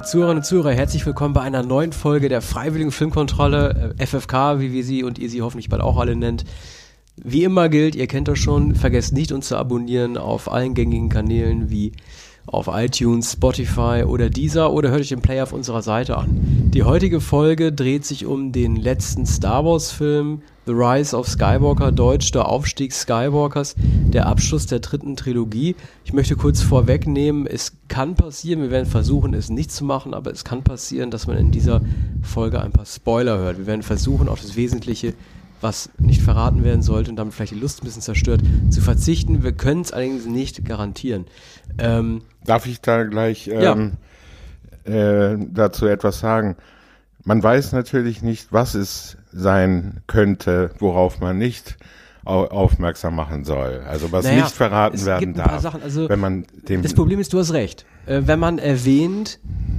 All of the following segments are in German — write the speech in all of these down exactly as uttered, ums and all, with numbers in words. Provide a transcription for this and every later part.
Zuhörerinnen und Zuhörer, herzlich willkommen bei einer neuen Folge der Freiwilligen Filmkontrolle, F F K, wie wir sie und ihr sie hoffentlich bald auch alle nennt. Wie immer gilt, ihr kennt das schon, vergesst nicht, uns zu abonnieren auf allen gängigen Kanälen wie auf iTunes, Spotify oder Deezer oder hört euch den Player auf unserer Seite an. Die heutige Folge dreht sich um den letzten Star Wars Film, The Rise of Skywalker, deutsch der Aufstieg Skywalkers, der Abschluss der dritten Trilogie. Ich möchte kurz vorwegnehmen, es kann passieren, wir werden versuchen, es nicht zu machen, aber es kann passieren, dass man in dieser Folge ein paar Spoiler hört. Wir werden versuchen, auf das Wesentliche, was nicht verraten werden sollte und damit vielleicht die Lust ein bisschen zerstört, zu verzichten. Wir können es allerdings nicht garantieren. Ähm, Darf ich da gleich ähm, ja. äh, dazu etwas sagen? Man weiß natürlich nicht, was es sein könnte, worauf man nicht au- aufmerksam machen soll. Also was naja, nicht verraten es werden gibt ein darf. paar Sachen, also wenn man dem das Problem ist, du hast recht. Äh, wenn man erwähnt,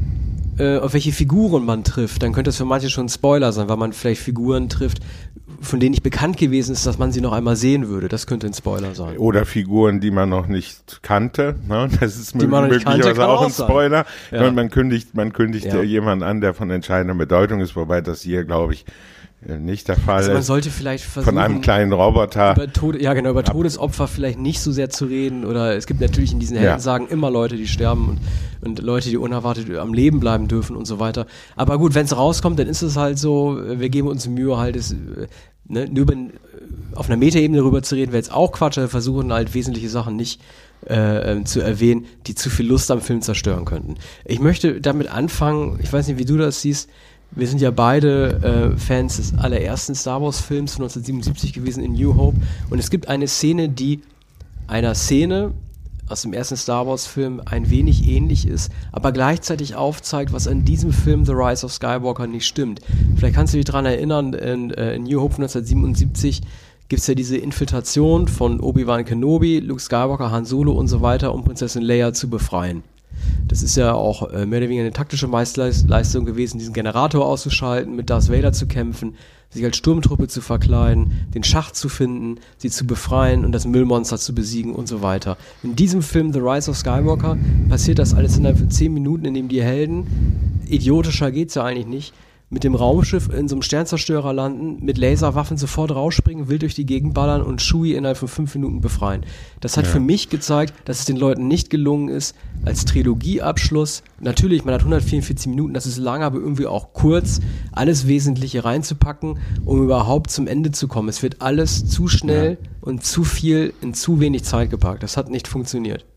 äh, auf welche Figuren man trifft, dann könnte das für manche schon ein Spoiler sein, weil man vielleicht Figuren trifft, von denen nicht bekannt gewesen ist, dass man sie noch einmal sehen würde. Das könnte ein Spoiler sein. Oder Figuren, die man noch nicht kannte. Ne? Das ist die man möglicherweise kannte, auch auch ein Spoiler. Ja. Man kündigt, man kündigt ja. jemanden an, der von entscheidender Bedeutung ist, wobei das hier, glaube ich, nicht der Fall also man ist. sollte vielleicht versuchen, von einem kleinen Roboter über Tod, ja genau, über Todesopfer vielleicht nicht so sehr zu reden, oder es gibt natürlich in diesen Heldensagen ja. immer Leute, die sterben und, und Leute, die unerwartet am Leben bleiben dürfen und so weiter. Aber gut, wenn es rauskommt, dann ist es halt so, wir geben uns Mühe halt, es, ne, nur über, auf einer Metaebene darüber zu reden, wäre jetzt auch Quatsch, wir versuchen halt wesentliche Sachen nicht äh, zu erwähnen, die zu viel Lust am Film zerstören könnten. Ich möchte damit anfangen, ich weiß nicht, wie du das siehst. Wir sind ja beide äh, Fans des allerersten Star Wars Films von neunzehnhundertsiebenundsiebzig gewesen, in New Hope. Und es gibt eine Szene, die einer Szene aus dem ersten Star Wars Film ein wenig ähnlich ist, aber gleichzeitig aufzeigt, was an diesem Film The Rise of Skywalker nicht stimmt. Vielleicht kannst du dich daran erinnern, in, äh, in New Hope neunzehnhundertsiebenundsiebzig gibt es ja diese Infiltration von Obi-Wan Kenobi, Luke Skywalker, Han Solo und so weiter, um Prinzessin Leia zu befreien. Das ist ja auch äh, mehr oder weniger eine taktische Meisterleistung gewesen, diesen Generator auszuschalten, mit Darth Vader zu kämpfen, sich als Sturmtruppe zu verkleiden, den Schacht zu finden, sie zu befreien und das Müllmonster zu besiegen und so weiter. In diesem Film The Rise of Skywalker passiert das alles innerhalb von zehn Minuten, in dem die Helden, idiotischer geht's ja eigentlich nicht, mit dem Raumschiff in so einem Sternzerstörer landen, mit Laserwaffen sofort rausspringen, wild durch die Gegend ballern und Chewie innerhalb von fünf Minuten befreien. Das hat ja. für mich gezeigt, dass es den Leuten nicht gelungen ist, als Trilogieabschluss, natürlich, man hat hundertvierundvierzig Minuten, das ist lang, aber irgendwie auch kurz, alles Wesentliche reinzupacken, um überhaupt zum Ende zu kommen. Es wird alles zu schnell ja. und zu viel in zu wenig Zeit gepackt. Das hat nicht funktioniert.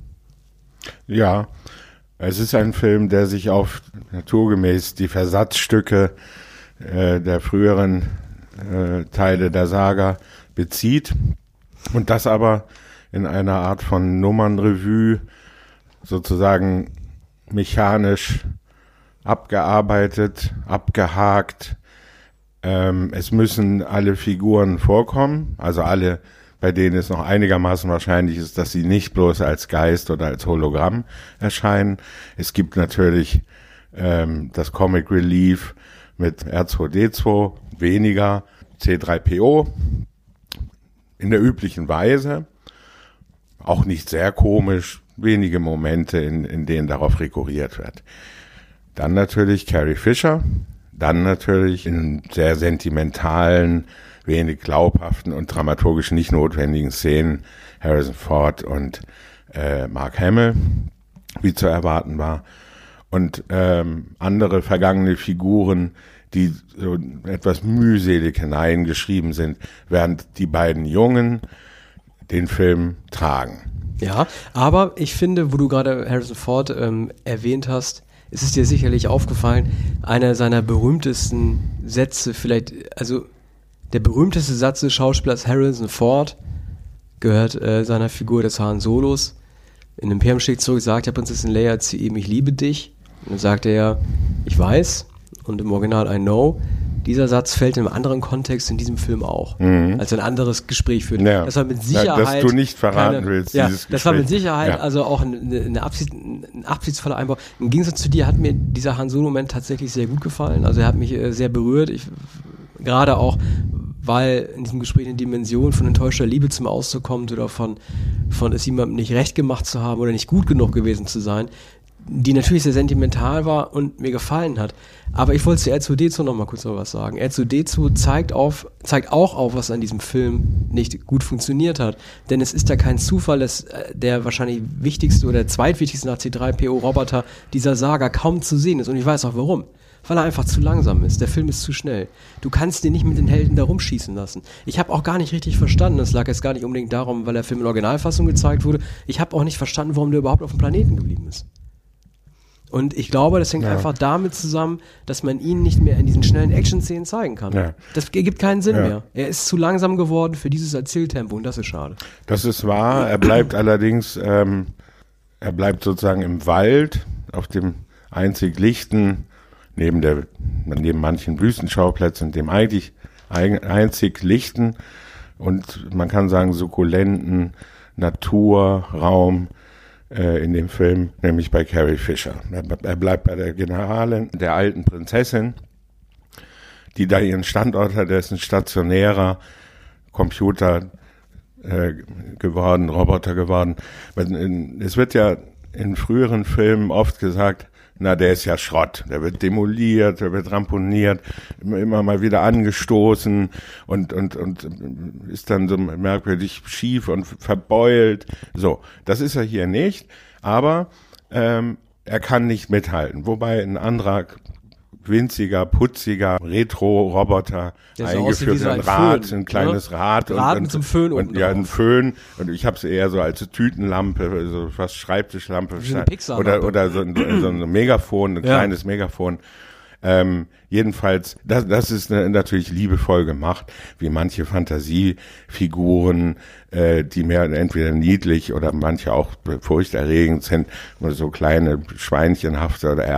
Ja, es ist ein Film, der sich auf naturgemäß die Versatzstücke äh, der früheren äh, Teile der Saga bezieht und das aber in einer Art von Nummernrevue sozusagen mechanisch abgearbeitet, abgehakt. Ähm, es müssen alle Figuren vorkommen, also alle, bei denen es noch einigermaßen wahrscheinlich ist, dass sie nicht bloß als Geist oder als Hologramm erscheinen. Es gibt natürlich ähm, das Comic Relief mit R zwei D zwei, weniger C drei P O, in der üblichen Weise. Auch nicht sehr komisch, wenige Momente, in, in denen darauf rekurriert wird. Dann natürlich Carrie Fisher, dann natürlich in sehr sentimentalen, wenig glaubhaften und dramaturgisch nicht notwendigen Szenen Harrison Ford und äh, Mark Hamill, wie zu erwarten war, und ähm, andere vergangene Figuren, die so etwas mühselig hineingeschrieben sind, während die beiden Jungen den Film tragen. Ja, aber ich finde, wo du gerade Harrison Ford ähm, erwähnt hast, es ist dir sicherlich aufgefallen, einer seiner berühmtesten Sätze, vielleicht, also der berühmteste Satz des Schauspielers Harrison Ford gehört äh, seiner Figur des Han Solos. In Imperium schlägt zurück, sagt der Prinzessin Leia zu ihm, ich liebe dich. Und dann sagt er, ich weiß. Und im Original, I know. Dieser Satz fällt in einem anderen Kontext in diesem Film auch, mhm. als ein anderes Gespräch führt. Ja. Das war mit Sicherheit... Ja, dass du nicht verraten keine, willst, ja, dieses Gespräch. Das war mit Sicherheit ja. also auch eine, eine Absicht, ein absichtsvoller Einbau. Im Gegensatz zu dir hat mir dieser Han Solo-Moment tatsächlich sehr gut gefallen. Also er hat mich äh, sehr berührt. Ich, gerade auch, weil in diesem Gespräch eine Dimension von enttäuschter Liebe zum Ausdruck kommt oder von, von es jemandem nicht recht gemacht zu haben oder nicht gut genug gewesen zu sein, die natürlich sehr sentimental war und mir gefallen hat. Aber ich wollte zu R zwei D zwei noch mal kurz noch was sagen. R zwei D zwei zeigt auf, zeigt auch auf, was an diesem Film nicht gut funktioniert hat. Denn es ist ja kein Zufall, dass der wahrscheinlich wichtigste oder zweitwichtigste nach C drei P O Roboter dieser Saga kaum zu sehen ist. Und ich weiß auch warum. Weil er einfach zu langsam ist. Der Film ist zu schnell. Du kannst den nicht mit den Helden da rumschießen lassen. Ich habe auch gar nicht richtig verstanden, das lag jetzt gar nicht unbedingt darum, weil der Film in Originalfassung gezeigt wurde. Ich habe auch nicht verstanden, warum der überhaupt auf dem Planeten geblieben ist. Und ich glaube, das hängt ja. einfach damit zusammen, dass man ihn nicht mehr in diesen schnellen Action-Szenen zeigen kann. Ja. Das ergibt keinen Sinn ja. mehr. Er ist zu langsam geworden für dieses Erzähltempo und das ist schade. Das ist wahr. Er bleibt allerdings, ähm, er bleibt sozusagen im Wald, auf dem einzig lichten, neben der, neben manchen Wüstenschauplätzen, dem eigentlich einzig lichten und man kann sagen sukkulenten Naturraum äh, in dem Film, nämlich bei Carrie Fisher. Er, er bleibt bei der Generalin, der alten Prinzessin, die da ihren Standort hat, der ist ein stationärer Computer äh, geworden, Roboter geworden. Es wird ja in früheren Filmen oft gesagt, na, der ist ja Schrott. Der wird demoliert, der wird ramponiert, immer, immer mal wieder angestoßen und, und, und ist dann so merkwürdig schief und verbeult. So, das ist er hier nicht, aber ähm, er kann nicht mithalten. Wobei ein anderer winziger, putziger Retro-Roboter eingeführt, ein, ein Rad, Föhn, ein kleines ne? Rad. Rad und, mit zum Föhn und, und ja, ein Föhn. Und ich habe es eher so als Tütenlampe, so fast Schreibtischlampe. Oder, oder so ein, so ein Megafon, ein ja. kleines Megafon. Ähm, jedenfalls, das, das ist natürlich liebevoll gemacht, wie manche Fantasiefiguren, äh, die mehr entweder niedlich oder manche auch furchterregend sind, so kleine Schweinchenhafte oder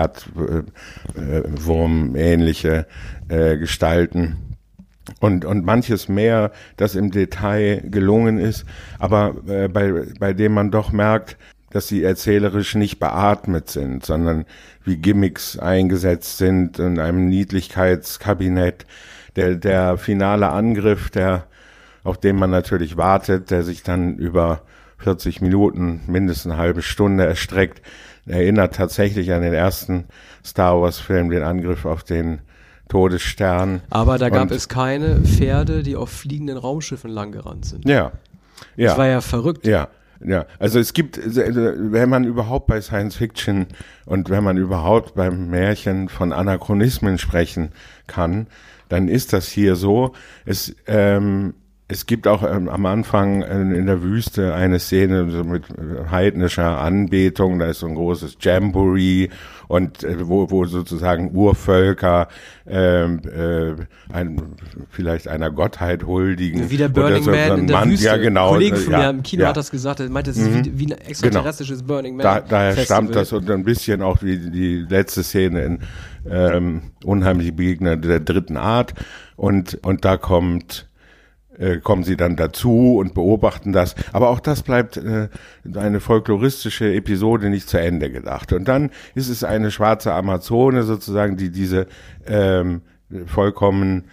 Erdwurm-ähnliche äh, Gestalten. Und, und manches mehr, das im Detail gelungen ist, aber äh, bei, bei dem man doch merkt, dass sie erzählerisch nicht beatmet sind, sondern wie Gimmicks eingesetzt sind in einem Niedlichkeitskabinett. Der, der finale Angriff, der, auf den man natürlich wartet, der sich dann über vierzig Minuten, mindestens eine halbe Stunde erstreckt, erinnert tatsächlich an den ersten Star Wars Film, den Angriff auf den Todesstern. Aber da gab Und, es keine Pferde, die auf fliegenden Raumschiffen langgerannt sind. Ja. ja. Das war ja verrückt. Ja. Ja, also es gibt, wenn man überhaupt bei Science Fiction und wenn man überhaupt beim Märchen von Anachronismen sprechen kann, dann ist das hier so. Es, ähm, es gibt auch ähm, am Anfang äh, in der Wüste eine Szene so mit heidnischer Anbetung, da ist so ein großes Jamboree und äh, wo, wo sozusagen Urvölker ähm, äh, ein, vielleicht einer Gottheit huldigen. Wie der Burning so, Man so in der Mann, Wüste. Ja, genau. Ein Kollege von ja, mir im Kino ja. hat das gesagt, er meinte, das ist mhm. wie, wie ein extraterrestrisches genau. Burning Man. Da, daher Festival. Stammt das und ein bisschen auch wie die letzte Szene in ähm, Unheimliche Begegnungen der dritten Art und und da kommt äh, kommen sie dann dazu und beobachten das. Aber auch das bleibt äh, eine folkloristische Episode nicht zu Ende gedacht. Und dann ist es eine schwarze Amazone sozusagen, die diese ähm, vollkommen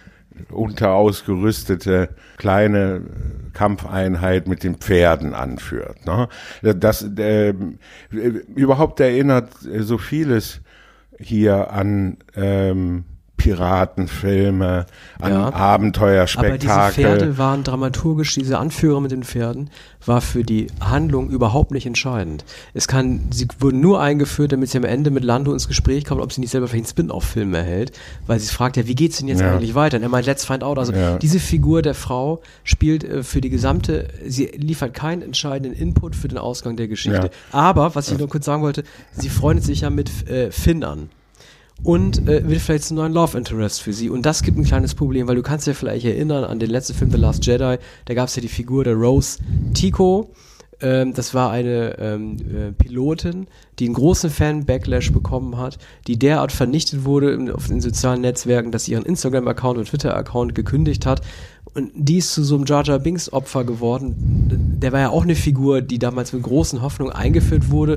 unterausgerüstete kleine Kampfeinheit mit den Pferden anführt. Ne? Das äh, überhaupt erinnert so vieles hier an ähm, Piratenfilme, an ja, Abenteuerspektakel. Aber diese Pferde waren dramaturgisch, diese Anführer mit den Pferden, war für die Handlung überhaupt nicht entscheidend. Es kann, sie wurden nur eingeführt, damit sie am Ende mit Lando ins Gespräch kommt, ob sie nicht selber vielleicht einen Spin-off-Film erhält, weil sie fragt ja, wie geht's denn jetzt ja. eigentlich weiter? Und er meint, let's find out. Also ja. diese Figur der Frau spielt äh, für die gesamte, sie liefert keinen entscheidenden Input für den Ausgang der Geschichte. Ja. Aber, was ich nur kurz sagen wollte, sie freundet sich ja mit äh, Finn an. Und äh, wird vielleicht zum neuen Love Interest für sie. Und das gibt ein kleines Problem, weil du kannst dir vielleicht erinnern an den letzten Film The Last Jedi, da gab es ja die Figur der Rose Tico. Ähm, das war eine ähm, äh, Pilotin, die einen großen Fan-Backlash bekommen hat, die derart vernichtet wurde in, auf den sozialen Netzwerken, dass sie ihren Instagram-Account und Twitter-Account gekündigt hat. Und die ist zu so einem Jar Jar Binks Opfer geworden. Der war ja auch eine Figur, die damals mit großen Hoffnungen eingeführt wurde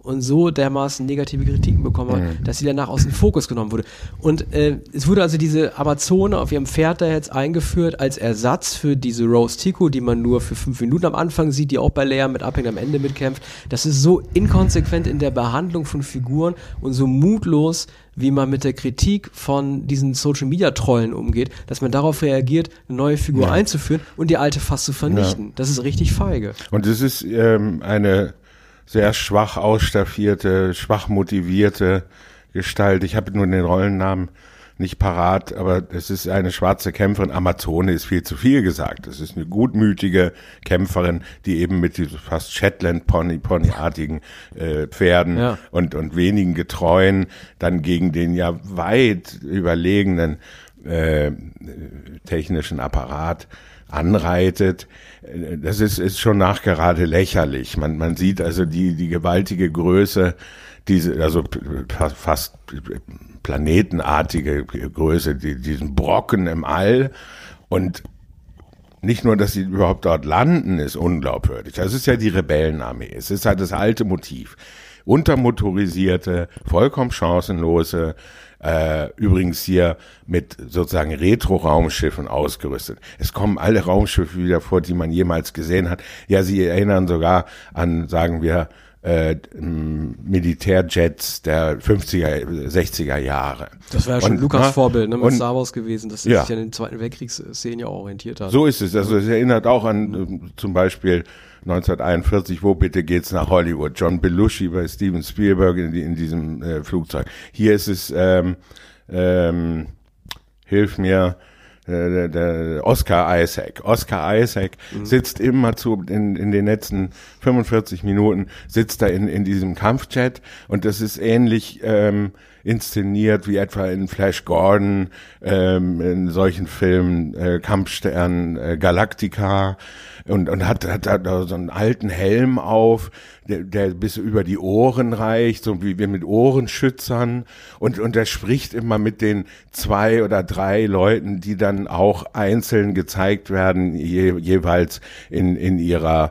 und so dermaßen negative Kritiken bekommen hat, mhm. dass sie danach aus dem Fokus genommen wurde. Und äh, es wurde also diese Amazone auf ihrem Pferd da jetzt eingeführt als Ersatz für diese Rose Tico, die man nur für fünf Minuten am Anfang sieht, die auch bei Leia mit abhängt, am Ende mitkämpft. Das ist so inkonsequent in der Behandlung von Figuren und so mutlos, wie man mit der Kritik von diesen Social-Media-Trollen umgeht, dass man darauf reagiert, eine neue Figur ja. einzuführen und die alte fast zu vernichten. Ja. Das ist richtig feige. Und es ist ähm, eine sehr schwach ausstaffierte, schwach motivierte Gestalt. Ich habe nur den Rollennamen nicht parat, aber es ist eine schwarze Kämpferin. Amazone ist viel zu viel gesagt. Es ist eine gutmütige Kämpferin, die eben mit diesen fast Shetland-Pony, Pony-artigen äh, Pferden ja. und und wenigen Getreuen dann gegen den ja weit überlegenen äh, technischen Apparat anreitet. Das ist ist schon nachgerade lächerlich. Man man sieht also die die gewaltige Größe, diese also fast planetenartige Größe, die, diesen Brocken im All, und nicht nur, dass sie überhaupt dort landen, ist unglaubwürdig. Das ist ja die Rebellenarmee. Es ist halt das alte Motiv. Untermotorisierte, vollkommen chancenlose, äh, übrigens hier mit sozusagen Retro-Raumschiffen ausgerüstet. Es kommen alle Raumschiffe wieder vor, die man jemals gesehen hat. Ja, sie erinnern sogar an, sagen wir, Äh, Militärjets der fünfziger, sechziger Jahre. Das war ja schon und, Lukas Vorbild, ne, mit und, Star Wars gewesen, dass er ja. sich an den Zweiten Weltkriegsszenen ja orientiert hat. So ist es. Also es erinnert auch an äh, zum Beispiel neunzehnhunderteinundvierzig, wo bitte geht's nach Hollywood? John Belushi bei Steven Spielberg in, in diesem äh, Flugzeug. Hier ist es, ähm, ähm, hilf mir, Der, der Oscar Isaac. Oscar Isaac mhm. sitzt immer zu, in, in den letzten fünfundvierzig Minuten, sitzt er in, in diesem Kampfjet, und das ist ähnlich ähm, inszeniert wie etwa in Flash Gordon, ähm, in solchen Filmen, äh, Kampfstern, äh, Galactica, und, und hat, hat, hat so einen alten Helm auf, der, der bis über die Ohren reicht, so wie wir mit Ohrenschützern, und, und er spricht immer mit den zwei oder drei Leuten, die dann auch einzeln gezeigt werden, je, jeweils in, in ihrer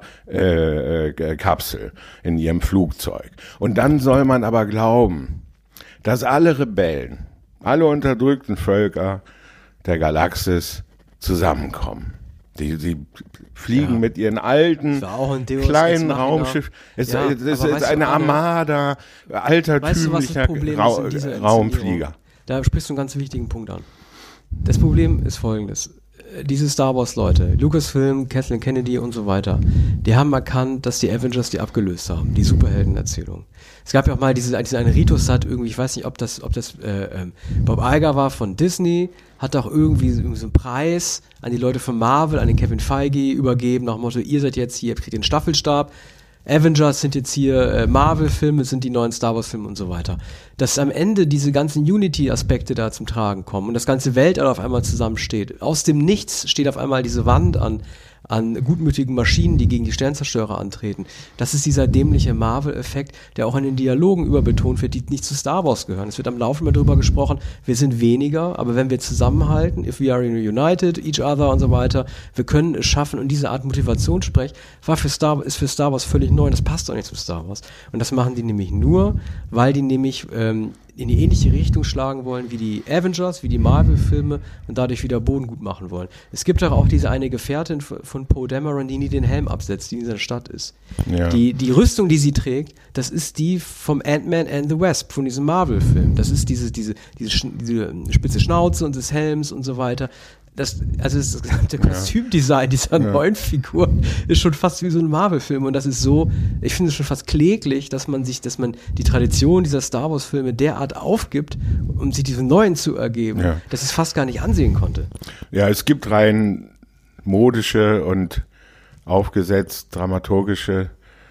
äh, äh, Kapsel, in ihrem Flugzeug. Und dann soll man aber glauben, dass alle Rebellen, alle unterdrückten Völker der Galaxis zusammenkommen. Die, die fliegen ja. mit ihren alten, kleinen Raumschiffen. Es, ja, es ist, ist eine Armada altertümlicher weißt du, Ra Raumflieger. Da sprichst du einen ganz wichtigen Punkt an. Das Problem ist folgendes. Diese Star Wars Leute, Lucasfilm, Kathleen Kennedy und so weiter, die haben erkannt, dass die Avengers die abgelöst haben, die Superheldenerzählung. Es gab ja auch mal diese, diese eine Ritus hat irgendwie, ich weiß nicht, ob das, ob das äh, ähm, Bob Iger war von Disney, hat auch irgendwie, irgendwie so einen Preis an die Leute von Marvel, an den Kevin Feige übergeben, nach dem Motto, ihr seid jetzt hier, ihr kriegt den Staffelstab, Avengers sind jetzt hier, äh, Marvel-Filme sind die neuen Star Wars-Filme und so weiter. Dass am Ende diese ganzen Unity-Aspekte da zum Tragen kommen und das ganze Weltall auf einmal zusammensteht. Aus dem Nichts steht auf einmal diese Wand an, an gutmütigen Maschinen, die gegen die Sternzerstörer antreten. Das ist dieser dämliche Marvel-Effekt, der auch in den Dialogen überbetont wird, die nicht zu Star Wars gehören. Es wird am Laufen mal drüber gesprochen, wir sind weniger, aber wenn wir zusammenhalten, if we are united, each other und so weiter, wir können es schaffen, und diese Art Motivationssprech war für Star, ist für Star Wars völlig neu, das passt doch nicht zu Star Wars. Und das machen die nämlich nur, weil die nämlich ähm, in die ähnliche Richtung schlagen wollen wie die Avengers, wie die Marvel-Filme, und dadurch wieder Boden gut machen wollen. Es gibt doch auch diese eine Gefährtin von Poe Dameron, die nie den Helm absetzt, die in dieser Stadt ist. Ja. Die, die Rüstung, die sie trägt, das ist die vom Ant-Man and the Wasp, von diesem Marvel-Film. Das ist diese, diese, diese, diese spitze Schnauze und des Helms und so weiter. Das, also das gesamte Kostümdesign dieser ja. neuen Figur ist schon fast wie so ein Marvel-Film, und das ist so, ich finde es schon fast kläglich, dass man sich, dass man die Tradition dieser Star Wars-Filme derart aufgibt, um sich diesen neuen zu ergeben, ja. dass es fast gar nicht ansehen konnte. Ja, es gibt rein modische und aufgesetzt dramaturgische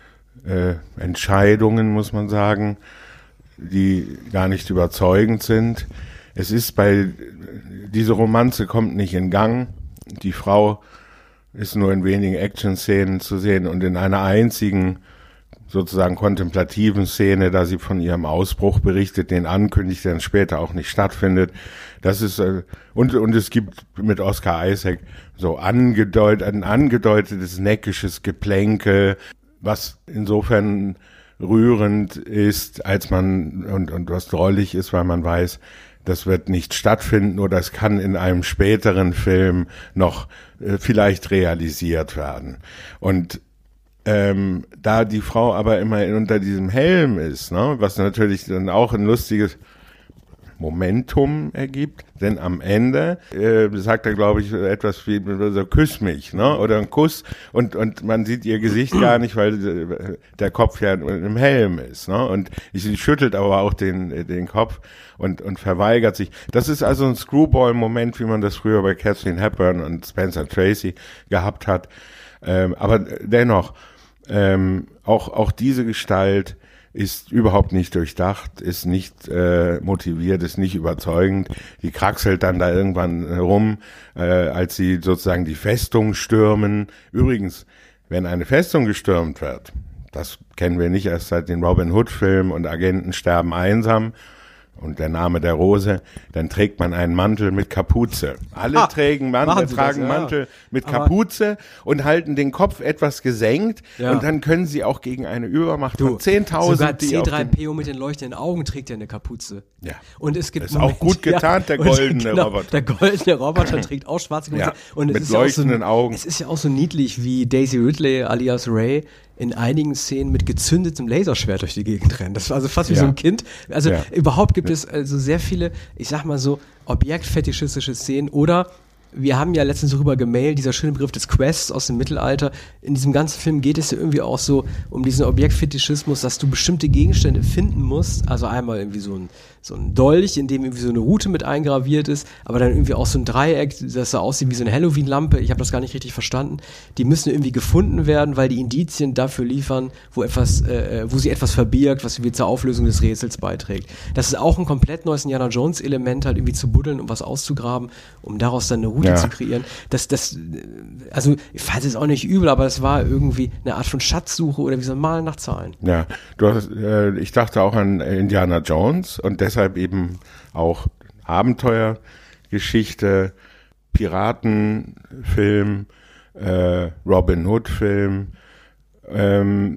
äh, Entscheidungen, muss man sagen, die gar nicht überzeugend sind. Es ist bei, diese Romanze kommt nicht in Gang. Die Frau ist nur in wenigen Action-Szenen zu sehen und in einer einzigen sozusagen kontemplativen Szene, da sie von ihrem Ausbruch berichtet, den ankündigt, der dann später auch nicht stattfindet. Das ist, und, und es gibt mit Oscar Isaac so angedeutet, ein angedeutetes neckisches Geplänkel, was insofern rührend ist, als man und, und was drollig ist, weil man weiß, das wird nicht stattfinden oder es kann in einem späteren Film noch äh, vielleicht realisiert werden. Und ähm, da die Frau aber immer unter diesem Helm ist, ne, was natürlich dann auch ein lustiges Momentum ergibt, denn am Ende äh, sagt er, glaube ich, etwas wie so, küss mich, ne, oder ein Kuss und und man sieht ihr Gesicht gar nicht, weil der Kopf ja im Helm ist, ne, und sie schüttelt aber auch den den Kopf und und verweigert sich. Das ist also ein Screwball-Moment, wie man das früher bei Katharine Hepburn und Spencer Tracy gehabt hat, ähm, aber dennoch ähm, auch auch diese Gestalt ist überhaupt nicht durchdacht, ist nicht äh, motiviert, ist nicht überzeugend. Die kraxelt dann da irgendwann rum, äh, als sie sozusagen die Festung stürmen. Übrigens, wenn eine Festung gestürmt wird, das kennen wir nicht erst seit den Robin Hood-Filmen und Agenten sterben einsam und der Name der Rose, dann trägt man einen Mantel mit Kapuze. Alle ah, tragen Mantel, tragen das, ja. Mantel mit Aber Kapuze und halten den Kopf etwas gesenkt ja. und dann können sie auch gegen eine Übermacht du, von zehntausend... Sogar C drei P O mit den leuchtenden Augen trägt ja eine Kapuze. Ja. Und es gibt das ist auch gut getarnt, ja, der goldene genau, Roboter. Der goldene Roboter trägt auch schwarze Kapuze. Ja, und es mit ist leuchtenden ja so, Augen. Es ist ja auch so niedlich, wie Daisy Ridley alias Ray in einigen Szenen mit gezündetem Laserschwert durch die Gegend rennt. Das war also fast wie ja. so ein Kind. Also ja. überhaupt gibt es also sehr viele, ich sag mal so, objektfetischistische Szenen oder wir haben ja letztens darüber gemailt, dieser schöne Begriff des Quests aus dem Mittelalter. In diesem ganzen Film geht es ja irgendwie auch so um diesen Objektfetischismus, dass du bestimmte Gegenstände finden musst. Also einmal irgendwie so ein, so ein Dolch, in dem irgendwie so eine Route mit eingraviert ist, aber dann irgendwie auch so ein Dreieck, das so aussieht wie so eine Halloween-Lampe. Ich habe das gar nicht richtig verstanden. Die müssen irgendwie gefunden werden, weil die Indizien dafür liefern, wo etwas, äh, wo sie etwas verbirgt, was irgendwie zur Auflösung des Rätsels beiträgt. Das ist auch ein komplett neues Indiana Jones-Element, halt irgendwie zu buddeln, um was auszugraben, um daraus dann eine Route ja. zu kreieren. Das, das, also ich fand es auch nicht übel, aber es war irgendwie eine Art von Schatzsuche oder wie so ein Malen nach Zahlen. Ja, du hast, äh, ich dachte auch an Indiana Jones und deshalb eben auch Abenteuergeschichte, Piratenfilm, äh, Robin Hood Film, ähm,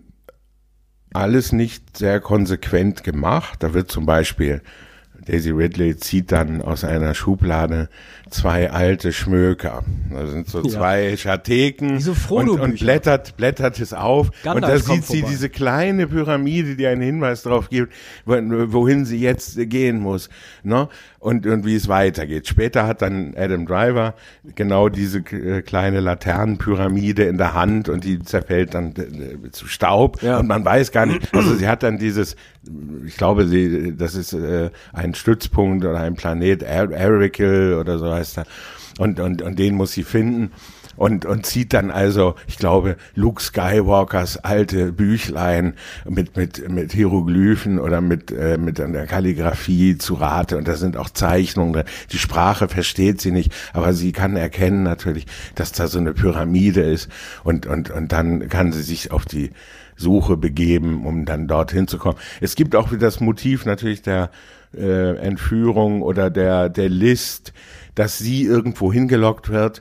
alles nicht sehr konsequent gemacht. Da wird zum Beispiel Daisy Ridley zieht dann aus einer Schublade zwei alte Schmöker. Das sind so zwei ja. Scharteken so und, und blättert, blättert es auf. Gandalf und da sieht sie vorbei. Diese kleine Pyramide, die einen Hinweis darauf gibt, wohin sie jetzt gehen muss, ne? Und, und wie es weitergeht. Später hat dann Adam Driver genau diese kleine Laternenpyramide in der Hand und die zerfällt dann zu Staub ja. und man weiß gar nicht, also sie hat dann dieses, ich glaube, sie, das ist äh, ein Stützpunkt oder ein Planet, Arakel oder so heißt er, und, und, und den muss sie finden. Und, und zieht dann also, ich glaube, Luke Skywalkers alte Büchlein mit, mit, mit Hieroglyphen oder mit, äh, mit der Kalligraphie zu Rate. Und da sind auch Zeichnungen drin. Die Sprache versteht sie nicht, aber sie kann erkennen natürlich, dass da so eine Pyramide ist. Und, und, und dann kann sie sich auf die Suche begeben, um dann dorthin zu kommen. Es gibt auch wieder das Motiv natürlich der äh, Entführung oder der, der List, dass sie irgendwo hingelockt wird.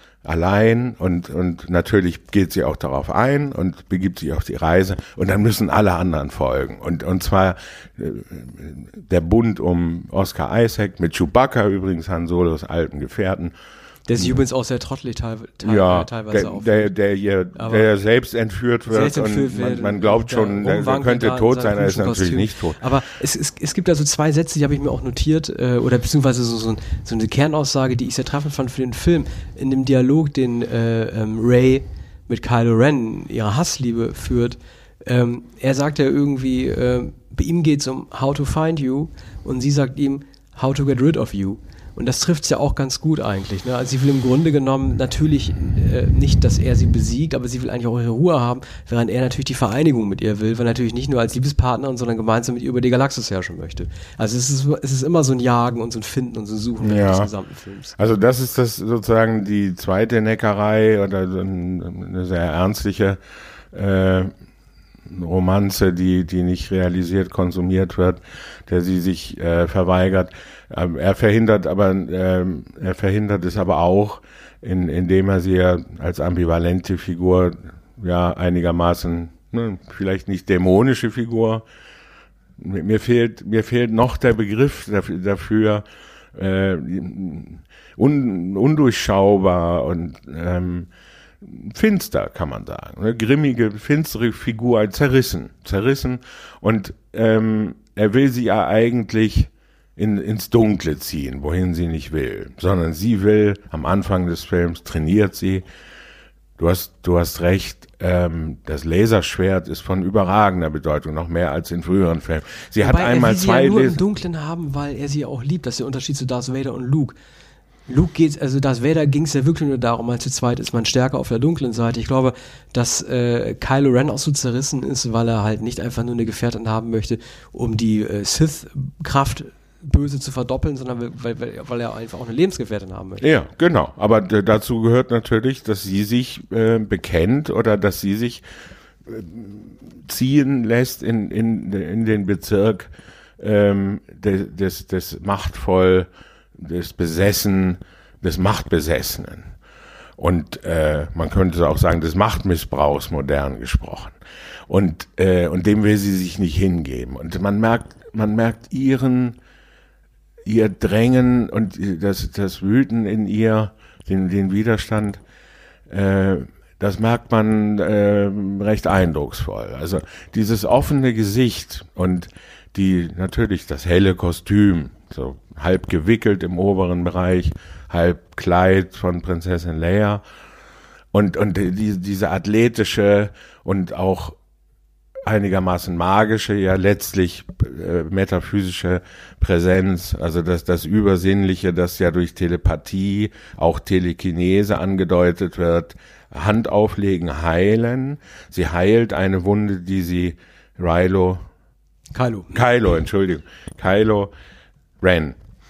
Allein und und natürlich geht sie auch darauf ein und begibt sich auf die Reise und dann müssen alle anderen folgen und und zwar äh, der Bund um Oscar Isaac mit Chewbacca, übrigens Han Solos alten Gefährten. Der ist übrigens auch sehr trottelig teil, teil, ja, teilweise der, auf. Der, der, der, der selbst entführt wird selbst entführt und man, man glaubt schon, der, der könnte tot sein, er ist natürlich Kostüm. Nicht tot. Aber es, es, es gibt also zwei Sätze, die habe ich mir auch notiert, äh, oder beziehungsweise so, so, so eine Kernaussage, die ich sehr treffend fand für den Film. In dem Dialog, den äh, ähm, Rey mit Kylo Ren, ihre Hassliebe, führt, ähm, er sagt ja irgendwie, äh, bei ihm geht es um how to find you und sie sagt ihm how to get rid of you. Und das trifft's ja auch ganz gut eigentlich. Ne? Also sie will im Grunde genommen natürlich äh, nicht, dass er sie besiegt, aber sie will eigentlich auch ihre Ruhe haben, während er natürlich die Vereinigung mit ihr will, weil natürlich nicht nur als Liebespartnerin, sondern gemeinsam mit ihr über die Galaxis herrschen möchte. Also es ist, es ist immer so ein Jagen und so ein Finden und so ein Suchen ja. des gesamten Films. Also das ist das sozusagen die zweite Neckerei oder so eine sehr ernstliche äh, Romanze, die die nicht realisiert, konsumiert wird, der sie sich äh, verweigert. Ähm, er verhindert aber ähm, er verhindert es aber auch, in, indem er sie ja als ambivalente Figur ja einigermaßen ne, vielleicht nicht dämonische Figur. Mir fehlt, mir fehlt noch der Begriff dafür, dafür äh, un, undurchschaubar und ähm, finster, kann man sagen. Eine grimmige, finstere Figur, zerrissen, zerrissen. Und ähm, er will sie ja eigentlich in, ins Dunkle ziehen, wohin sie nicht will. Sondern sie will, am Anfang des Films trainiert sie. Du hast, du hast recht, ähm, das Laserschwert ist von überragender Bedeutung, noch mehr als in früheren Filmen. Sie Wobei hat einmal er will sie zwei ja nur Les- im Dunklen haben, weil er sie auch liebt. Das ist der Unterschied zu Darth Vader und Luke. Luke geht, also Darth Vader ging es ja wirklich nur darum, als zu zweit ist man stärker auf der dunklen Seite. Ich glaube, dass äh, Kylo Ren auch so zerrissen ist, weil er halt nicht einfach nur eine Gefährtin haben möchte, um die äh, Sith-Kraft böse zu verdoppeln, sondern weil, weil, weil er einfach auch eine Lebensgefährtin haben möchte. Ja, genau. Aber d- dazu gehört natürlich, dass sie sich äh, bekennt oder dass sie sich äh, ziehen lässt in, in, in den Bezirk ähm, des, des, des machtvoll, des Besessen, des Machtbesessenen. Und äh, man könnte auch sagen, des Machtmissbrauchs, modern gesprochen. Und, äh, und dem will sie sich nicht hingeben. Und man merkt, man merkt ihren ihr Drängen und das, das Wüten in ihr, den, den Widerstand, äh, das merkt man äh, recht eindrucksvoll. Also dieses offene Gesicht und die natürlich das helle Kostüm, so halb gewickelt im oberen Bereich, halb Kleid von Prinzessin Leia und, und die, diese athletische und auch einigermaßen magische, ja letztlich äh, metaphysische Präsenz, also das, das Übersinnliche, das ja durch Telepathie, auch Telekinese angedeutet wird, Hand auflegen, heilen. Sie heilt eine Wunde, die sie Rilo, Kylo. Kylo, Entschuldigung, Kylo Ren,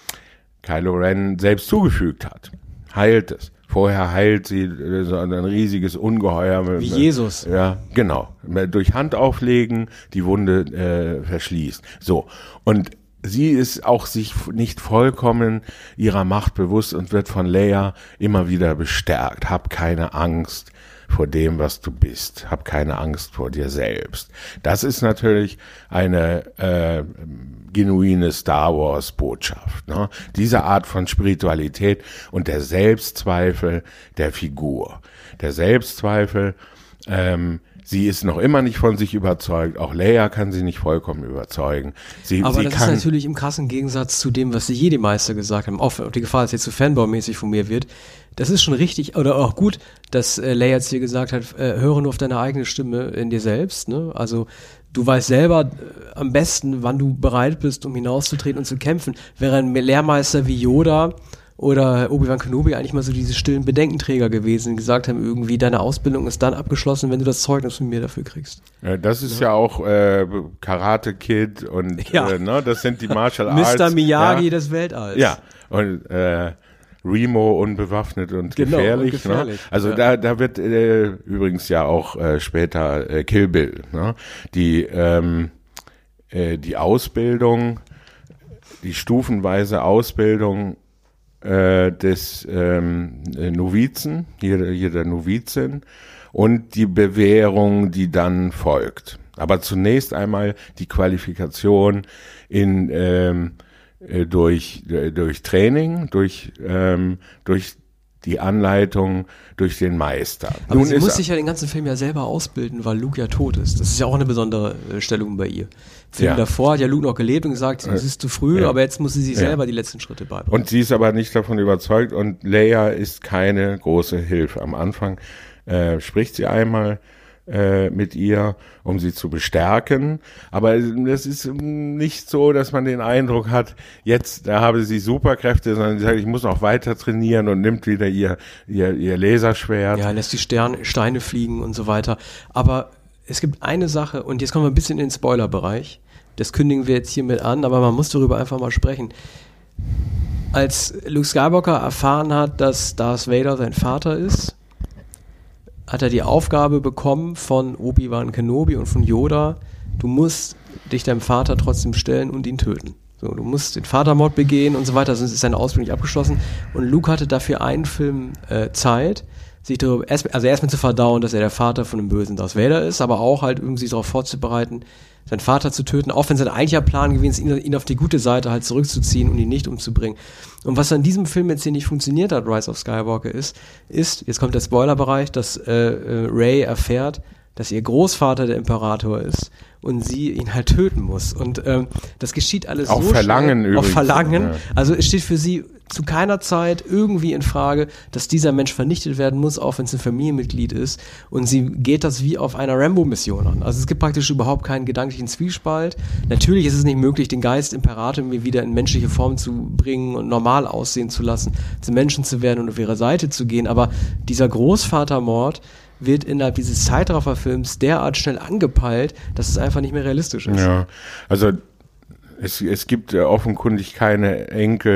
Kylo Ren selbst zugefügt hat, heilt es. Vorher heilt sie so ein riesiges Ungeheuer. Mit, Wie Jesus. Ja, genau. Durch Hand auflegen, die Wunde äh, verschließt. So. Und sie ist auch sich nicht vollkommen ihrer Macht bewusst und wird von Leia immer wieder bestärkt. Hab keine Angst vor dem, was du bist. Hab keine Angst vor dir selbst. Das ist natürlich eine äh, genuine Star Wars Botschaft, ne? Diese Art von Spiritualität und der Selbstzweifel der Figur. Der Selbstzweifel, ähm, sie ist noch immer nicht von sich überzeugt. Auch Leia kann sie nicht vollkommen überzeugen. Sie, Aber sie das kann, ist natürlich im krassen Gegensatz zu dem, was die Jedi-Meister gesagt haben. Auf, auf die Gefahr, dass jetzt so Fanboy-mäßig von mir wird. Das ist schon richtig oder auch gut, dass äh, Leia jetzt hier gesagt hat, äh, höre nur auf deine eigene Stimme in dir selbst. Ne? Also du weißt selber äh, am besten, wann du bereit bist, um hinauszutreten und zu kämpfen. Während Lehrmeister wie Yoda oder Obi-Wan Kenobi eigentlich mal so diese stillen Bedenkenträger gewesen, die gesagt haben, irgendwie deine Ausbildung ist dann abgeschlossen, wenn du das Zeugnis von mir dafür kriegst. Ja, das ist ja, ja auch äh, Karate Kid und ja. äh, ne, das sind die Martial Arts. Mister Miyagi ja. des Weltalls. Ja, und äh, Remo unbewaffnet und genau, gefährlich. Und gefährlich. Ne? Also ja. da da wird äh, übrigens ja auch äh, später äh, Kill Bill, ne? Die ähm, äh, die Ausbildung, die stufenweise Ausbildung äh, des ähm, Novizen, hier, hier der Novizin und die Bewährung, die dann folgt. Aber zunächst einmal die Qualifikation in ähm, durch durch Training, durch ähm, durch die Anleitung, durch den Meister. Aber Nun sie ist muss sich ja den ganzen Film ja selber ausbilden, weil Luke ja tot ist. Das ist ja auch eine besondere äh, Stellung bei ihr. Film ja. davor hat ja Luke noch gelebt und gesagt, es ist zu früh, ja. aber jetzt muss sie sich ja. selber die letzten Schritte beibringen. Und sie ist aber nicht davon überzeugt und Leia ist keine große Hilfe. Am Anfang äh, spricht sie einmal äh, mit ihr, um sie zu bestärken. Aber es ist nicht so, dass man den Eindruck hat, jetzt da habe sie Superkräfte, sondern sie sagt, ich muss noch weiter trainieren und nimmt wieder ihr ihr, ihr Laserschwert. Ja, lässt die Sterne, Steine fliegen und so weiter. Aber es gibt eine Sache, und jetzt kommen wir ein bisschen in den Spoilerbereich. Das kündigen wir jetzt hiermit an, aber man muss darüber einfach mal sprechen. Als Luke Skywalker erfahren hat, dass Darth Vader sein Vater ist, hat er die Aufgabe bekommen von Obi-Wan Kenobi und von Yoda, du musst dich deinem Vater trotzdem stellen und ihn töten. So, du musst den Vatermord begehen und so weiter, sonst ist seine Ausbildung nicht abgeschlossen. Und Luke hatte dafür einen Film äh, Zeit, sich darüber, erst, also erstmal zu verdauen, dass er der Vater von einem bösen Darth Vader ist, aber auch halt irgendwie sich darauf vorzubereiten, seinen Vater zu töten, auch wenn sein eigentlicher Plan gewesen ist, ihn, ihn auf die gute Seite halt zurückzuziehen und ihn nicht umzubringen. Und was an diesem Film jetzt hier nicht funktioniert hat, Rise of Skywalker, ist, ist, jetzt kommt der Spoilerbereich, dass äh, äh, Rey erfährt, dass ihr Großvater der Imperator ist und sie ihn halt töten muss. Und ähm, das geschieht alles auf so Verlangen schnell. Übrigens. Auf Verlangen. Ja. Also es steht für sie zu keiner Zeit irgendwie in Frage, dass dieser Mensch vernichtet werden muss, auch wenn es ein Familienmitglied ist. Und sie geht das wie auf einer Rambo-Mission an. Also es gibt praktisch überhaupt keinen gedanklichen Zwiespalt. Natürlich ist es nicht möglich, den Geist Imperator mir wieder in menschliche Form zu bringen und normal aussehen zu lassen, zu Menschen zu werden und auf ihre Seite zu gehen. Aber dieser Großvatermord wird innerhalb dieses Zeitrafferfilms derart schnell angepeilt, dass es einfach nicht mehr realistisch ist. Ja, also es, es gibt äh, offenkundig keine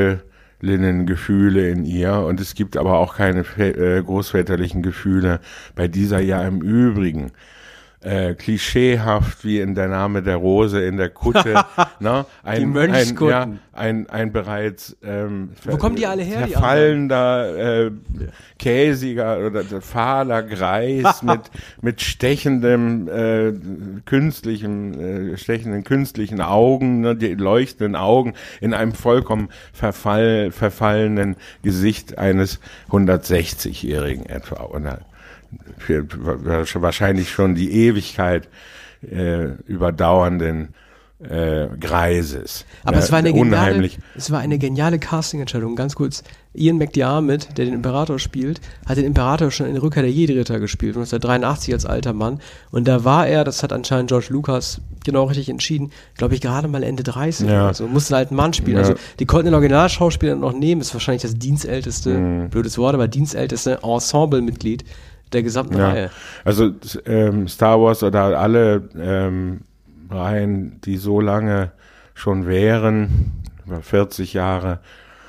Enkelinnengefühle in ihr und es gibt aber auch keine äh, großväterlichen Gefühle bei dieser ja im Übrigen. Äh, klischeehaft wie in Der Name der Rose in der Kutte, ne? Ein, die Mönchskutten. Ein, ja, ein, ein bereits ähm, Wo kommen die alle her? verfallender, äh, käsiger oder fahler Greis mit mit stechendem äh, künstlichen, äh, stechenden künstlichen Augen, ne? Die leuchtenden Augen in einem vollkommen verfall, verfallenen Gesicht eines hundertsechzigjährigen etwa, oder für wahrscheinlich schon die Ewigkeit äh, überdauernden äh, Greises. Aber äh, es war eine geniale, unheimlich. es war eine geniale Casting-Entscheidung. Ganz kurz, Ian McDiarmid, der den Imperator spielt, hat den Imperator schon in Rückkehr der Jedi-Ritter gespielt, neunzehnhundertdreiundachtzig als alter Mann. Und da war er, das hat anscheinend George Lucas genau richtig entschieden, glaube ich, gerade mal Ende dreißig ja. oder so. Musste einen alten Mann spielen. Ja. Also die konnten den Originalschauspieler noch nehmen, ist wahrscheinlich das dienstälteste, mhm. blödes Wort, aber dienstälteste Ensemble-Mitglied der gesamten ja. Reihe. Also ähm, Star Wars oder alle ähm, Reihen, die so lange schon wären, über vierzig Jahre,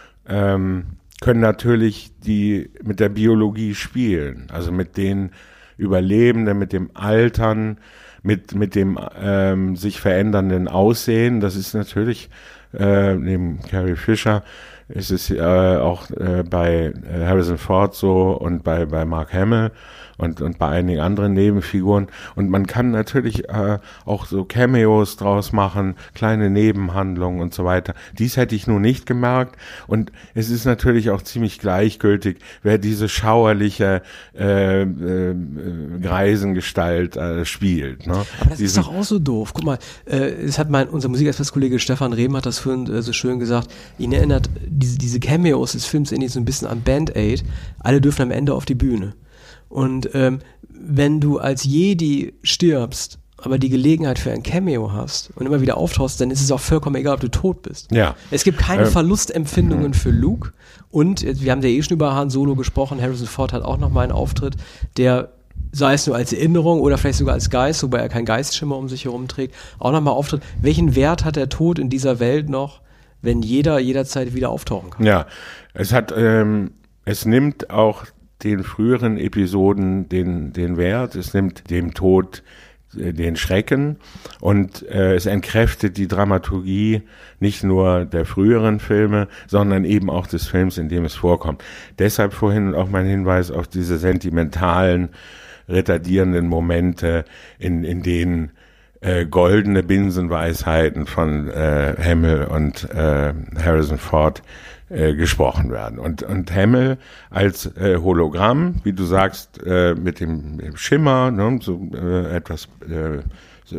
ähm, können natürlich die mit der Biologie spielen, also mit den Überlebenden, mit dem Altern, mit mit dem ähm, sich verändernden Aussehen. Das ist natürlich äh, neben Carrie Fisher ist es äh, auch äh, bei Harrison Ford so und bei bei Mark Hamill und und bei einigen anderen Nebenfiguren. Und man kann natürlich äh, auch so Cameos draus machen, kleine Nebenhandlungen und so weiter. Dies hätte ich nun nicht gemerkt. Und es ist natürlich auch ziemlich gleichgültig, wer diese schauerliche äh, äh, Greisengestalt äh, spielt. Ne? Aber das Diesen, ist doch auch so doof. Guck mal, äh, es hat mein unser Musikexpress-Kollege Stefan Rehm hat das vorhin äh, so schön gesagt. Ihn erinnert diese diese Cameos des Films in so ein bisschen an Band-Aid. Alle dürfen am Ende auf die Bühne. Und ähm, wenn du als Jedi stirbst, aber die Gelegenheit für ein Cameo hast und immer wieder auftauchst, dann ist es auch vollkommen egal, ob du tot bist. Ja. Es gibt keine ähm, Verlustempfindungen für Luke. Und äh, wir haben ja eh schon über Han Solo gesprochen. Harrison Ford hat auch noch mal einen Auftritt, der, sei es nur als Erinnerung oder vielleicht sogar als Geist, wobei er keinen Geistschimmer um sich herum trägt, auch noch mal auftritt. Welchen Wert hat der Tod in dieser Welt noch, wenn jeder jederzeit wieder auftauchen kann? Ja, es hat, ähm, es nimmt auch den früheren Episoden den den Wert, es nimmt dem Tod äh, den Schrecken und äh, es entkräftet die Dramaturgie nicht nur der früheren Filme, sondern eben auch des Films, in dem es vorkommt. Deshalb vorhin auch mein Hinweis auf diese sentimentalen, retardierenden Momente, in in denen äh, goldene Binsenweisheiten von äh, Hamill und äh, Harrison Ford Äh, gesprochen werden. Und, und Hamill als äh, Hologramm, wie du sagst, äh, mit dem, dem Schimmer, ne, so äh, etwas äh, so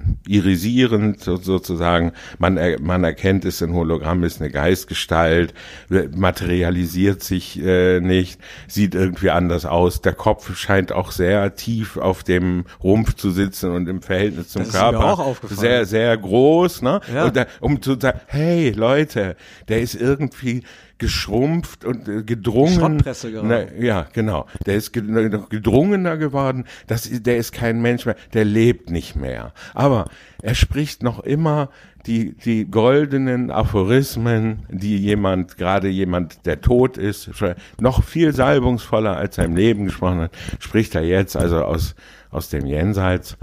irisierend so, sozusagen. Man, er, man erkennt es, ein Hologramm ist eine Geistgestalt, materialisiert sich äh, nicht, sieht irgendwie anders aus. Der Kopf scheint auch sehr tief auf dem Rumpf zu sitzen und im Verhältnis zum das Körper ist mir auch aufgefallen. sehr, sehr groß, ne? Ja. Und da, um zu sagen, hey Leute, der ist irgendwie geschrumpft und äh, gedrungen. Schrottpresse gerade. Na, ja, genau. Der ist gedrungener geworden. Das ist, der ist kein Mensch mehr. Der lebt nicht mehr. Aber er spricht noch immer die die goldenen Aphorismen, die jemand, gerade jemand, der tot ist, noch viel salbungsvoller als er im Leben gesprochen hat, spricht er jetzt also aus aus dem Jenseits.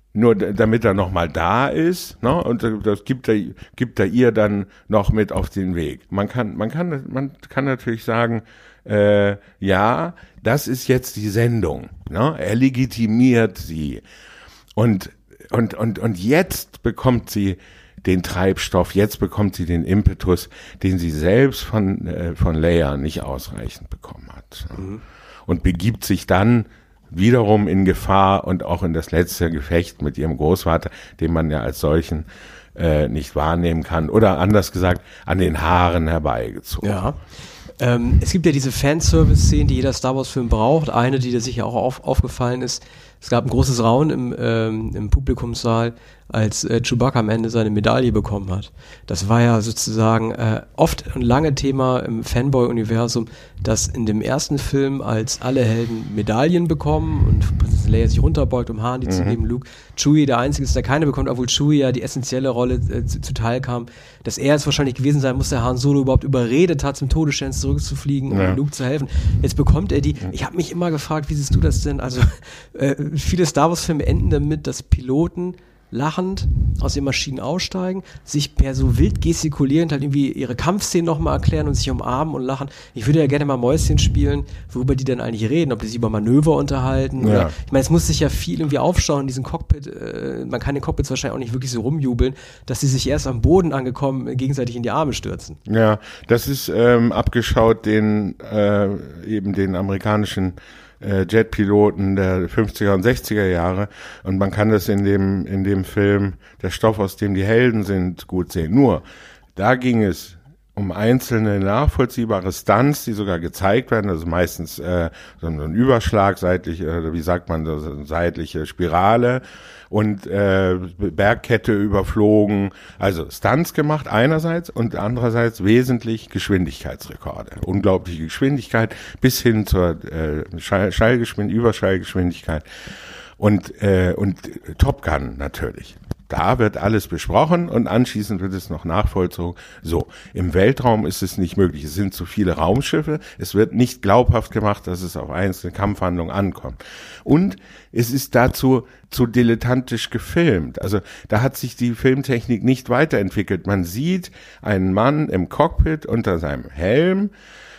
nur d- damit er nochmal da ist, ne? Und das gibt er, gibt er ihr dann noch mit auf den Weg. Man kann, man kann, man kann natürlich sagen, äh, ja, das ist jetzt die Sendung, ne? Er legitimiert sie. Und, und, und, und jetzt bekommt sie den Treibstoff, jetzt bekommt sie den Impetus, den sie selbst von, äh, von Leia nicht ausreichend bekommen hat. Mhm. Und begibt sich dann wiederum in Gefahr und auch in das letzte Gefecht mit ihrem Großvater, den man ja als solchen äh, nicht wahrnehmen kann. Oder anders gesagt, an den Haaren herbeigezogen. Ja. Ähm, es gibt ja diese Fanservice-Szenen, die jeder Star Wars-Film braucht. Eine, die da sicher auch auf, aufgefallen ist. Es gab ein großes Raunen im, ähm, im Publikumssaal, als äh, Chewbacca am Ende seine Medaille bekommen hat. Das war ja sozusagen äh, oft ein lange Thema im Fanboy-Universum, dass in dem ersten Film, als alle Helden Medaillen bekommen und Prinzessin Leia sich runterbeugt, um Han die mhm. zu geben, Luke, Chewie der Einzige ist, der keine bekommt, obwohl Chewie ja die essentielle Rolle äh, zu, zuteil kam, dass er es wahrscheinlich gewesen sein muss, der Han Solo überhaupt überredet hat, zum Todesstern zurückzufliegen, um ja. Luke zu helfen. Jetzt bekommt er die. Ich habe mich immer gefragt, wie siehst du das denn? Also äh, viele Star Wars-Filme enden damit, dass Piloten lachend aus den Maschinen aussteigen, sich per so wild gestikulierend halt irgendwie ihre Kampfszenen nochmal erklären und sich umarmen und lachen. Ich würde ja gerne mal Mäuschen spielen, worüber die denn eigentlich reden, ob die sich über Manöver unterhalten. Ja. Oder, ich meine, es muss sich ja viel irgendwie aufschauen in diesem Cockpit. Äh, man kann den Cockpits wahrscheinlich auch nicht wirklich so rumjubeln, dass sie sich erst am Boden angekommen gegenseitig in die Arme stürzen. Ja, das ist ähm, abgeschaut den äh, eben den amerikanischen Jetpiloten der fünfziger und sechziger Jahre, und man kann das in dem in dem Film Der Stoff, aus dem die Helden sind, gut sehen. Nur, da ging es um einzelne nachvollziehbare Stunts, die sogar gezeigt werden, also meistens äh, so ein Überschlag, seitlich, äh, wie sagt man, so eine seitliche Spirale und äh, Bergkette überflogen, also Stunts gemacht einerseits und andererseits wesentlich Geschwindigkeitsrekorde. Unglaubliche Geschwindigkeit bis hin zur äh, Schall, Schallgeschwindigkeit, Überschallgeschwindigkeit und, äh, und Top Gun natürlich. Da wird alles besprochen und anschließend wird es noch nachvollzogen. So, im Weltraum ist es nicht möglich. Es sind zu viele Raumschiffe. Es wird nicht glaubhaft gemacht, dass es auf einzelne Kampfhandlungen ankommt. Und es ist dazu zu dilettantisch gefilmt. Also da hat sich die Filmtechnik nicht weiterentwickelt. Man sieht einen Mann im Cockpit unter seinem Helm,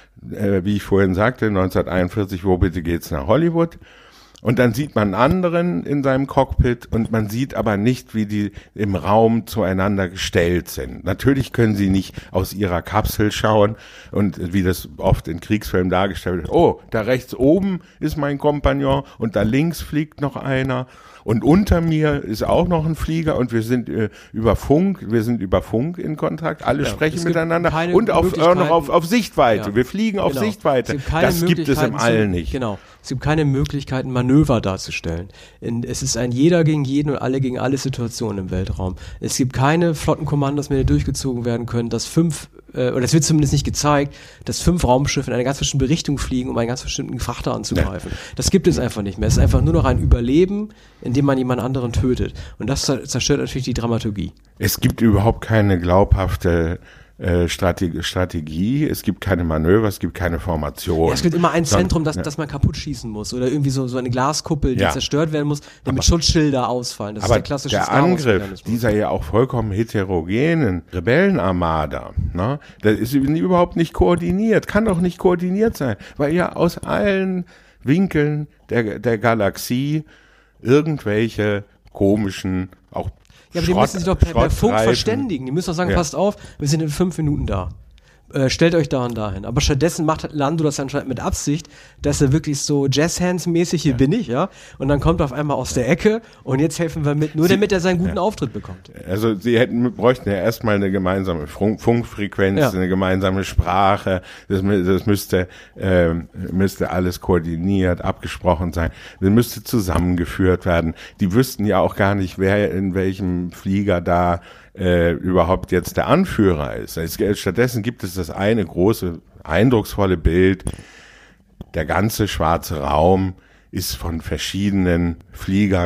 äh, wie ich vorhin sagte, neunzehnhunderteinundvierzig, wo bitte geht's nach Hollywood? Und dann sieht man anderen in seinem Cockpit und man sieht aber nicht, wie die im Raum zueinander gestellt sind. Natürlich können sie nicht aus ihrer Kapsel schauen und wie das oft in Kriegsfilmen dargestellt wird. Oh, da rechts oben ist mein Kompagnon und da links fliegt noch einer. Und unter mir ist auch noch ein Flieger und wir sind äh, über Funk, wir sind über Funk in Kontakt, alle ja, sprechen miteinander und auf, äh, noch auf, auf Sichtweite. Ja. Wir fliegen auf genau. Sichtweite. Das gibt es im All nicht. Genau. Es gibt keine Möglichkeiten, Manöver darzustellen. In, es ist ein jeder gegen jeden und alle gegen alle Situationen im Weltraum. Es gibt keine Flottenkommandos mehr, die durchgezogen werden können, dass fünf, äh, oder es wird zumindest nicht gezeigt, dass fünf Raumschiffe in eine ganz bestimmte Richtung fliegen, um einen ganz bestimmten Frachter anzugreifen. Ja. Das gibt es einfach nicht mehr. Es ist einfach nur noch ein Überleben, indem man jemand anderen tötet. Und das zerstört natürlich die Dramaturgie. Es gibt überhaupt keine glaubhafte äh, Strategie, Strategie, es gibt keine Manöver, es gibt keine Formation. Ja, es gibt immer ein Zentrum, das, ja. das man kaputt schießen muss oder irgendwie so, so eine Glaskuppel, die ja. zerstört werden muss, damit aber, Schutzschilder ausfallen. Das aber ist der klassische der Star Wars Angriff dieser ja auch vollkommen heterogenen Rebellenarmada, ne, das ist überhaupt nicht koordiniert, kann doch nicht koordiniert sein, weil ja aus allen Winkeln der, der Galaxie irgendwelche komischen, auch Ja, aber die müssen sich doch per, per Funk verständigen. Die müssen doch sagen, ja. passt auf, wir sind in fünf Minuten da. Äh, stellt euch da und dahin. Aber stattdessen macht Lando das anscheinend mit Absicht, dass er wirklich so Jazzhands-mäßig, hier ja. bin ich, ja. Und dann kommt er auf einmal aus der Ecke und jetzt helfen wir mit, nur sie, damit er seinen guten ja. Auftritt bekommt. Also sie hätten, bräuchten ja erstmal eine gemeinsame Funk, Funkfrequenz, ja. eine gemeinsame Sprache. Das, das müsste, äh, müsste alles koordiniert, abgesprochen sein. Das müsste zusammengeführt werden. Die wüssten ja auch gar nicht, wer in welchem Flieger da Äh, überhaupt jetzt der Anführer ist. Es, stattdessen gibt es das eine große, eindrucksvolle Bild. Der ganze schwarze Raum ist von verschiedenen Fliegern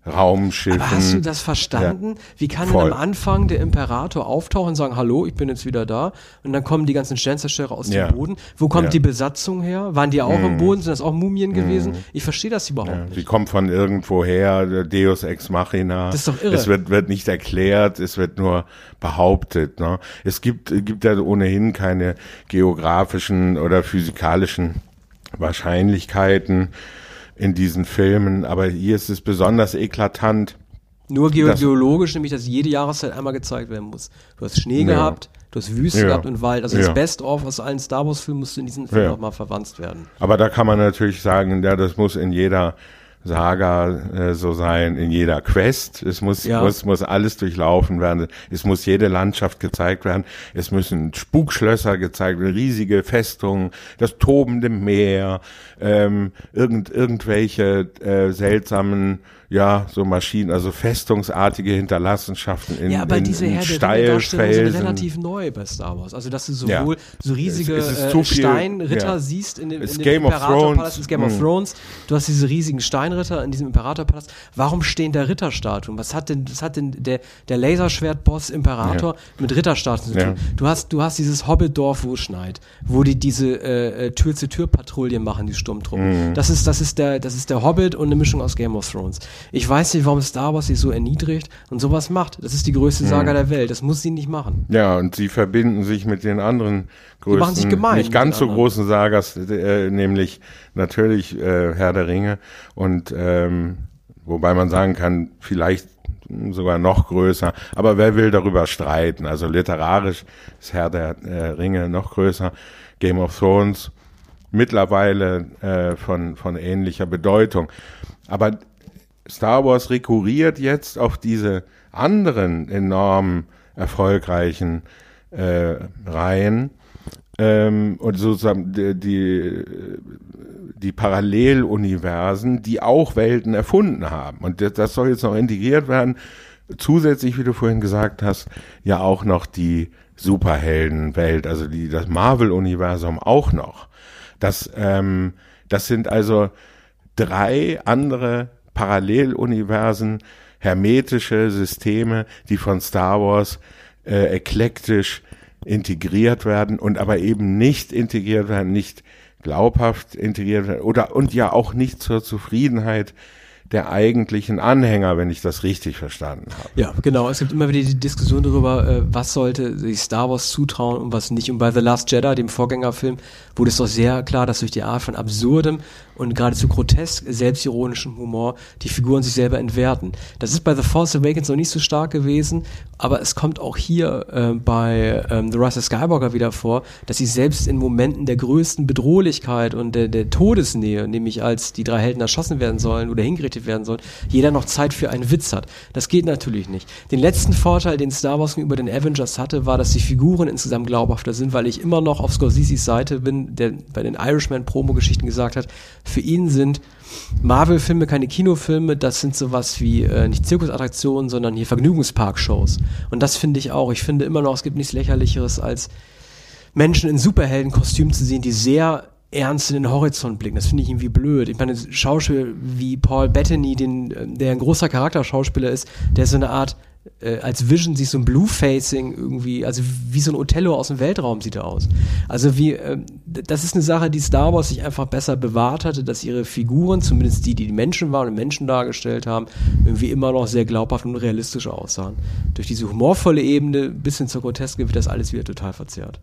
Raumschiffen. Aber hast du das verstanden? Ja, Wie kann voll. denn am Anfang der Imperator auftauchen und sagen, hallo, ich bin jetzt wieder da, und dann kommen die ganzen Sternzerstörer aus ja. dem Boden. Wo kommt ja. die Besatzung her? Waren die auch mm. im Boden? Sind das auch Mumien gewesen? Mm. Ich verstehe das überhaupt ja. nicht. Sie kommt von irgendwoher, Deus Ex Machina. Das ist doch irre. Es wird, wird nicht erklärt, es wird nur behauptet. Ne? Es gibt, gibt ja ohnehin keine geografischen oder physikalischen Wahrscheinlichkeiten in diesen Filmen, aber hier ist es besonders eklatant. Nur ge- geologisch, nämlich, dass jede Jahreszeit einmal gezeigt werden muss. Du hast Schnee ja. gehabt, du hast Wüste ja. gehabt und Wald. Also ja. das Best-of aus allen Star Wars-Filmen musste in diesen Film ja. nochmal verwandt werden. Aber da kann man natürlich sagen, ja, das muss in jeder Saga äh, so sein, in jeder Quest. Es muss, ja. muss, muss alles durchlaufen werden. Es muss jede Landschaft gezeigt werden. Es müssen Spukschlösser gezeigt werden, riesige Festungen, das tobende Meer, ähm, irgend, irgendwelche äh, seltsamen, ja, so Maschinen, also festungsartige Hinterlassenschaften in, ja, aber in, diese in Herr der Ringe-Darstellungen sind relativ neu bei Star Wars. Also, dass du sowohl ja. so riesige es, es äh, Steinritter ja. siehst in dem, in dem Imperatorpalast, das Game hm. of Thrones. Du hast diese riesigen Steinritter in diesem Imperatorpalast. Warum stehen da Ritterstatuen? Was hat denn, was hat denn der, der Laserschwertboss Imperator ja. mit Ritterstatuen zu tun? Ja. Du hast, du hast dieses Hobbitdorf, wo es schneit, wo die diese äh, Tür-zu-Tür-Patrouillen machen, die Sturmtruppen. Mhm. Das ist, das ist der, das ist der Hobbit und eine Mischung aus Game of Thrones. Ich weiß nicht, warum Star Wars sich so erniedrigt und sowas macht. Das ist die größte Saga mhm. der Welt. Das muss sie nicht machen. Ja, und sie verbinden sich mit den anderen größten, machen sich gemein nicht ganz so großen Sagas, äh, nämlich natürlich äh, Herr der Ringe und ähm, wobei man sagen kann, vielleicht sogar noch größer. Aber wer will darüber streiten? Also literarisch ist Herr der äh, Ringe noch größer. Game of Thrones mittlerweile äh, von von ähnlicher Bedeutung. Aber Star Wars rekurriert jetzt auf diese anderen enorm erfolgreichen äh, Reihen ähm, und sozusagen die, die, die Paralleluniversen, die auch Welten erfunden haben. Und das, das soll jetzt noch integriert werden. Zusätzlich, wie du vorhin gesagt hast, ja auch noch die Superheldenwelt, also die, das Marvel-Universum auch noch. Das, ähm, das sind also drei andere Paralleluniversen, hermetische Systeme, die von Star Wars äh, eklektisch integriert werden und aber eben nicht integriert werden, nicht glaubhaft integriert werden oder und ja auch nicht zur Zufriedenheit der eigentlichen Anhänger, wenn ich das richtig verstanden habe. Ja, genau. Es gibt immer wieder die Diskussion darüber, äh, was sollte sich Star Wars zutrauen und was nicht. Und bei The Last Jedi, dem Vorgängerfilm, wurde es doch sehr klar, dass durch die Art von absurdem und geradezu grotesk selbstironischem Humor die Figuren sich selber entwerten. Das ist bei The Force Awakens noch nicht so stark gewesen, aber es kommt auch hier äh, bei ähm, The Rise of Skywalker wieder vor, dass sie selbst in Momenten der größten Bedrohlichkeit und der, der Todesnähe, nämlich als die drei Helden erschossen werden sollen oder hingerichtet werden sollen, jeder noch Zeit für einen Witz hat. Das geht natürlich nicht. Den letzten Vorteil, den Star Wars gegenüber den Avengers hatte, war, dass die Figuren insgesamt glaubhafter sind, weil ich immer noch auf Scorseses Seite bin, der bei den Irishman-Promo-Geschichten gesagt hat, für ihn sind Marvel-Filme keine Kinofilme, das sind sowas wie, äh, nicht Zirkusattraktionen, sondern hier Vergnügungspark-Shows. Und das finde ich auch. Ich finde immer noch, es gibt nichts Lächerlicheres, als Menschen in Superheldenkostümen zu sehen, die sehr ernst in den Horizont blicken. Das finde ich irgendwie blöd. Ich meine, Schauspieler wie Paul Bettany, den, der ein großer Charakterschauspieler ist, der so eine Art äh, als Vision sich so ein Blue-Facing irgendwie, also wie so ein Othello aus dem Weltraum sieht er aus. Also wie, äh, das ist eine Sache, die Star Wars sich einfach besser bewahrt hatte, dass ihre Figuren, zumindest die, die die Menschen waren und Menschen dargestellt haben, irgendwie immer noch sehr glaubhaft und realistisch aussahen. Durch diese humorvolle Ebene bis hin zur Groteske wird das alles wieder total verzerrt.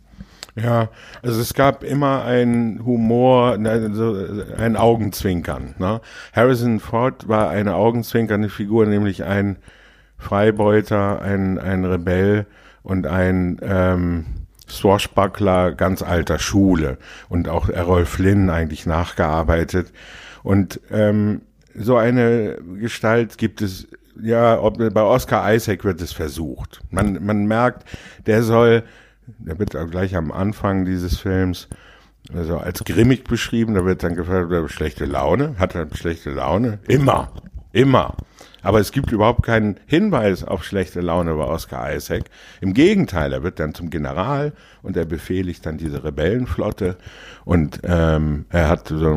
Ja, also es gab immer einen Humor, also ein Augenzwinkern. Ne? Harrison Ford war eine augenzwinkernde Figur, nämlich ein Freibeuter, ein, ein Rebell und ein ähm, Swashbuckler ganz alter Schule und auch Errol Flynn eigentlich nachgearbeitet. Und ähm, so eine Gestalt gibt es, ja, ob, bei Oscar Isaac wird es versucht. Man, man merkt, der soll, der wird auch gleich am Anfang dieses Films also als grimmig beschrieben, da wird dann gefragt, er hat schlechte Laune, hat er schlechte Laune? Immer, immer. Aber es gibt überhaupt keinen Hinweis auf schlechte Laune bei Oscar Isaac. Im Gegenteil, er wird dann zum General und er befehligt dann diese Rebellenflotte und ähm, er hat so ein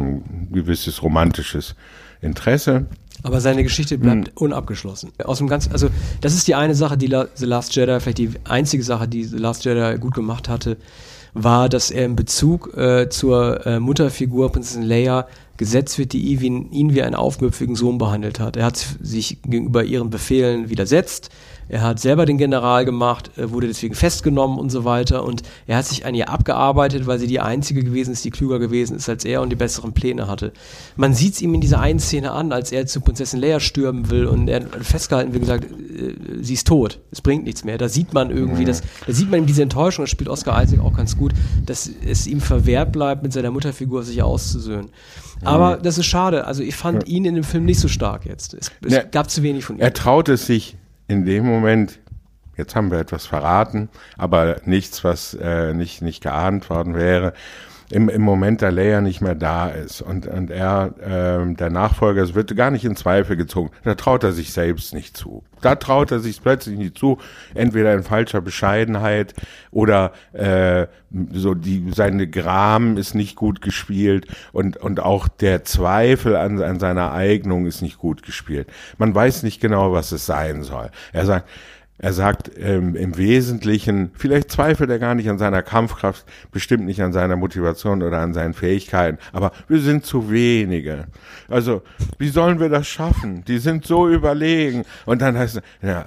ein gewisses romantisches Interesse. Aber seine Geschichte bleibt hm. unabgeschlossen. Aus dem ganz, also das ist die eine Sache, die La- The Last Jedi, vielleicht die einzige Sache, die The Last Jedi gut gemacht hatte, war, dass er in Bezug äh, zur äh, Mutterfigur Prinzessin Leia gesetzt wird, die ihn, ihn wie einen aufmüpfigen Sohn behandelt hat. Er hat sich gegenüber ihren Befehlen widersetzt. Er hat selber den General gemacht, wurde deswegen festgenommen und so weiter. Und er hat sich an ihr abgearbeitet, weil sie die Einzige gewesen ist, die klüger gewesen ist als er und die besseren Pläne hatte. Man sieht es ihm in dieser einen Szene an, als er zu Prinzessin Leia stürmen will und er festgehalten wird, gesagt, sie ist tot, es bringt nichts mehr. Da sieht man irgendwie, das, da sieht man ihm diese Enttäuschung, das spielt Oscar Isaac auch ganz gut, dass es ihm verwehrt bleibt, mit seiner Mutterfigur sich auszusöhnen. Aber das ist schade. Also ich fand ihn in dem Film nicht so stark jetzt. Es, es ja, gab zu wenig von ihm. Er traut es sich in dem Moment, jetzt haben wir etwas verraten, aber nichts, was äh, nicht, nicht geahnt worden wäre, im, im Moment, da Leia nicht mehr da ist und, und er, äh, der Nachfolger, es wird gar nicht in Zweifel gezogen, da traut er sich selbst nicht zu. Da traut er sich plötzlich nicht zu, entweder in falscher Bescheidenheit oder äh, so die seine Gram ist nicht gut gespielt und und auch der Zweifel an, an seiner Eignung ist nicht gut gespielt. Man weiß nicht genau, was es sein soll. Er sagt, Er sagt ähm, im Wesentlichen, vielleicht zweifelt er gar nicht an seiner Kampfkraft, bestimmt nicht an seiner Motivation oder an seinen Fähigkeiten, aber wir sind zu wenige. Also, wie sollen wir das schaffen? Die sind so überlegen. Und dann heißt es, ja,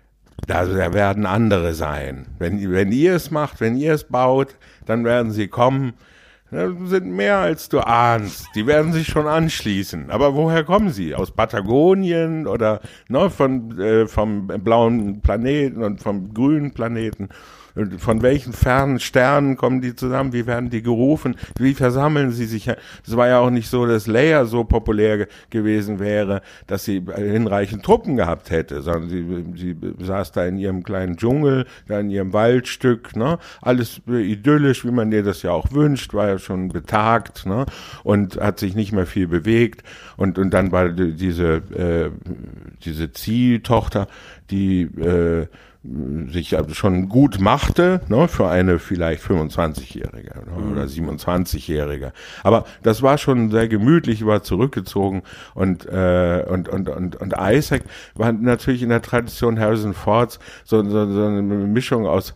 da, da werden andere sein. Wenn, wenn ihr es macht, wenn ihr es baut, dann werden sie kommen. Das sind mehr als du ahnst. Die werden sich schon anschließen. Aber woher kommen sie? Aus Patagonien oder ne, von, äh, vom blauen Planeten und vom grünen Planeten? Von welchen fernen Sternen kommen die zusammen? Wie werden die gerufen? Wie versammeln sie sich? Es war ja auch nicht so, dass Leia so populär ge- gewesen wäre, dass sie hinreichend Truppen gehabt hätte, sondern sie, sie saß da in ihrem kleinen Dschungel, da in ihrem Waldstück, ne? Alles idyllisch, wie man dir das ja auch wünscht, war ja schon betagt, ne? Und hat sich nicht mehr viel bewegt. Und, und dann war diese, äh, diese Ziehtochter, die, äh, sich schon gut machte, ne, für eine vielleicht fünfundzwanzigjährige ne, oder siebenundzwanzigjährige. Aber das war schon sehr gemütlich, war zurückgezogen und äh, und und und und Isaac war natürlich in der Tradition Harrison Fords so, so, so eine Mischung aus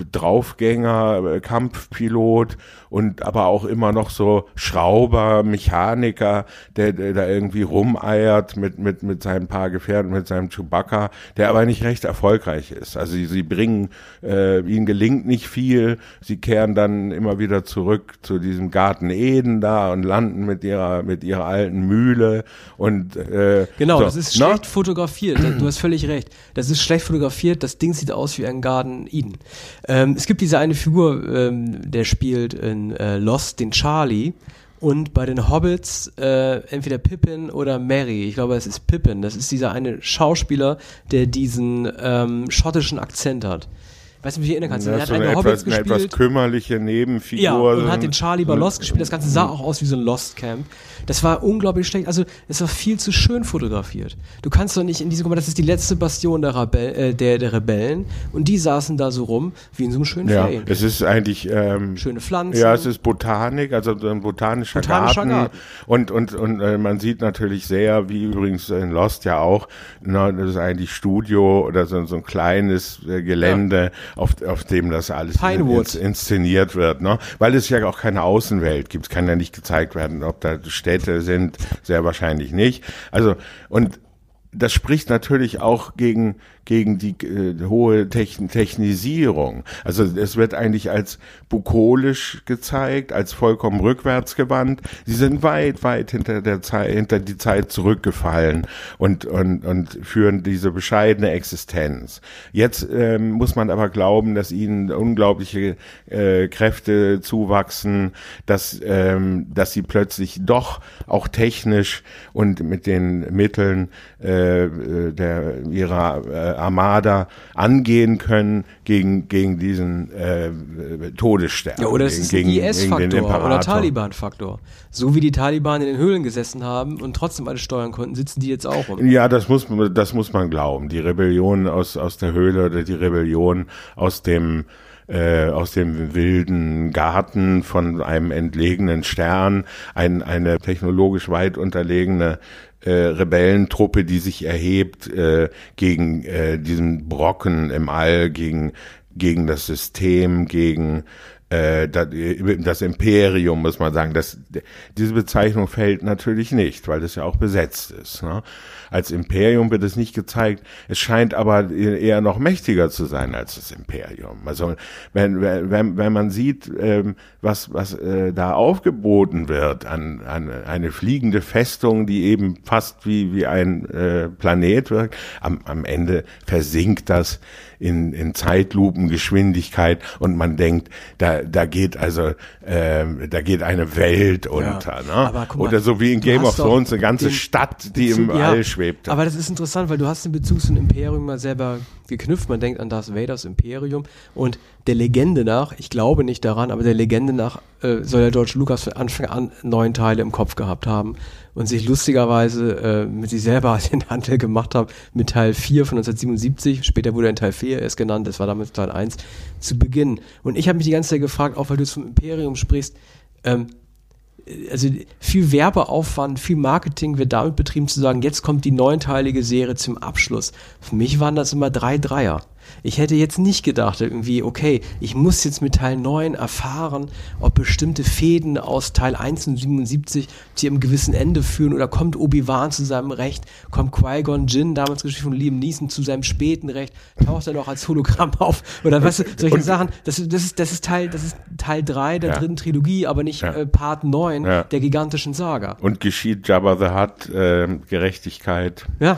Draufgänger, Kampfpilot und aber auch immer noch so Schrauber, Mechaniker, der, der da irgendwie rumeiert mit mit mit seinem paar Gefährten, mit seinem Chewbacca, der aber nicht recht erfolgreich ist. Also sie, sie bringen, äh, ihnen gelingt nicht viel, sie kehren dann immer wieder zurück zu diesem Garten Eden da und landen mit ihrer mit ihrer alten Mühle und äh, genau, so, das ist schlecht no? fotografiert, du hast völlig recht, das ist schlecht fotografiert, das Ding sieht aus wie ein Garten Eden. Ähm, es gibt diese eine Figur, ähm, der spielt in äh, Lost, den Charlie. Und bei den Hobbits äh, entweder Pippin oder Merry. Ich glaube, es ist Pippin. Das ist dieser eine Schauspieler, der diesen ähm, schottischen Akzent hat. Weißt du, wie du dich erinnern kannst? Ja, Er hat so eine eine Hobbits etwas, gespielt. Eine etwas kümmerliche Nebenfigur. Ja, und so hat den Charlie bei Lost gespielt. Das Ganze sah auch aus wie so ein Lost Camp. Das war unglaublich schlecht. Also, es war viel zu schön fotografiert. Du kannst doch nicht in diese, guck mal, das ist die letzte Bastion der, Rebell, äh, der, der Rebellen. Und die saßen da so rum, wie in so einem schönen Ja, Ferien. es ist eigentlich, ähm, schöne Pflanzen. Ja, es ist Botanik, also so ein botanischer, botanischer Garten. Garten. Und, und, und äh, man sieht natürlich sehr, wie übrigens in Lost ja auch, na, das ist eigentlich Studio oder so, so ein kleines äh, Gelände, ja. auf, auf dem das alles ins, inszeniert wird, ne? Weil es ja auch keine Außenwelt gibt. Es kann ja nicht gezeigt werden, ob da Städte sind, sehr wahrscheinlich nicht. Also, und das spricht natürlich auch gegen gegen die äh, hohe Techn- Technisierung. Also es wird eigentlich als bukolisch gezeigt, als vollkommen rückwärtsgewandt. Sie sind weit, weit hinter der Zeit, hinter die Zeit zurückgefallen und und und führen diese bescheidene Existenz. Jetzt ähm, muss man aber glauben, dass ihnen unglaubliche äh, Kräfte zuwachsen, dass ähm, dass sie plötzlich doch auch technisch und mit den Mitteln äh, der ihrer äh, Armada angehen können gegen gegen diesen äh, Todesstern. Ja, oder es ist ein I S-Faktor oder Taliban-Faktor. So wie die Taliban in den Höhlen gesessen haben und trotzdem alles steuern konnten, sitzen die jetzt auch rum. Ja, das muss man, das muss man glauben. Die Rebellion aus aus der Höhle oder die Rebellion aus dem äh, aus dem wilden Garten von einem entlegenen Stern, ein, eine technologisch weit unterlegene äh, Rebellentruppe, die sich erhebt äh, gegen äh, diesen Brocken im All, gegen gegen das System, gegen äh, das Imperium, muss man sagen. Das, diese Bezeichnung fällt natürlich nicht, weil das ja auch besetzt ist. Ne? Als Imperium wird es nicht gezeigt. Es scheint aber eher noch mächtiger zu sein als das Imperium. Also wenn wenn wenn man sieht, ähm, was was äh, da aufgeboten wird an an eine fliegende Festung, die eben fast wie wie ein äh, Planet wirkt, am am Ende versinkt das in in Zeitlupengeschwindigkeit und man denkt, da da geht also äh, da geht eine Welt unter, ja, ne? Mal, oder so wie in Game of Thrones eine ganze Stadt, die Bezug, im ja, All schwebt. Aber das ist interessant, weil du hast den Bezug zum Imperium mal selber geknüpft. Man denkt an Darth Vaders Imperium und der Legende nach, ich glaube nicht daran, aber der Legende nach äh, soll der George Lucas von Anfang an neun Teile im Kopf gehabt haben und sich lustigerweise äh, mit sich selber den Handel gemacht haben mit Teil vier von neunzehnhundertsiebenundsiebzig. Später wurde er in Teil vier erst genannt, das war damals Teil eins zu Beginn. Und ich habe mich die ganze Zeit gefragt, auch weil du zum Imperium sprichst, ähm, also viel Werbeaufwand, viel Marketing wird damit betrieben zu sagen, jetzt kommt die neunteilige Serie zum Abschluss. Für mich waren das immer drei Dreier. Ich hätte jetzt nicht gedacht, irgendwie, okay, ich muss jetzt mit Teil neun erfahren, ob bestimmte Fäden aus Teil eins und siebenundsiebzig zu einem gewissen Ende führen oder kommt Obi-Wan zu seinem Recht, kommt Qui-Gon Jinn, damals gespielt von Liam Neeson, zu seinem späten Recht, taucht er noch als Hologramm auf oder weißt du, solche und, Sachen, das, das, ist, das, ist Teil, das ist Teil drei der ja. dritten Trilogie, aber nicht ja. äh, Part neun ja. der gigantischen Saga. Und geschieht Jabba the Hutt äh, Gerechtigkeit. Ja.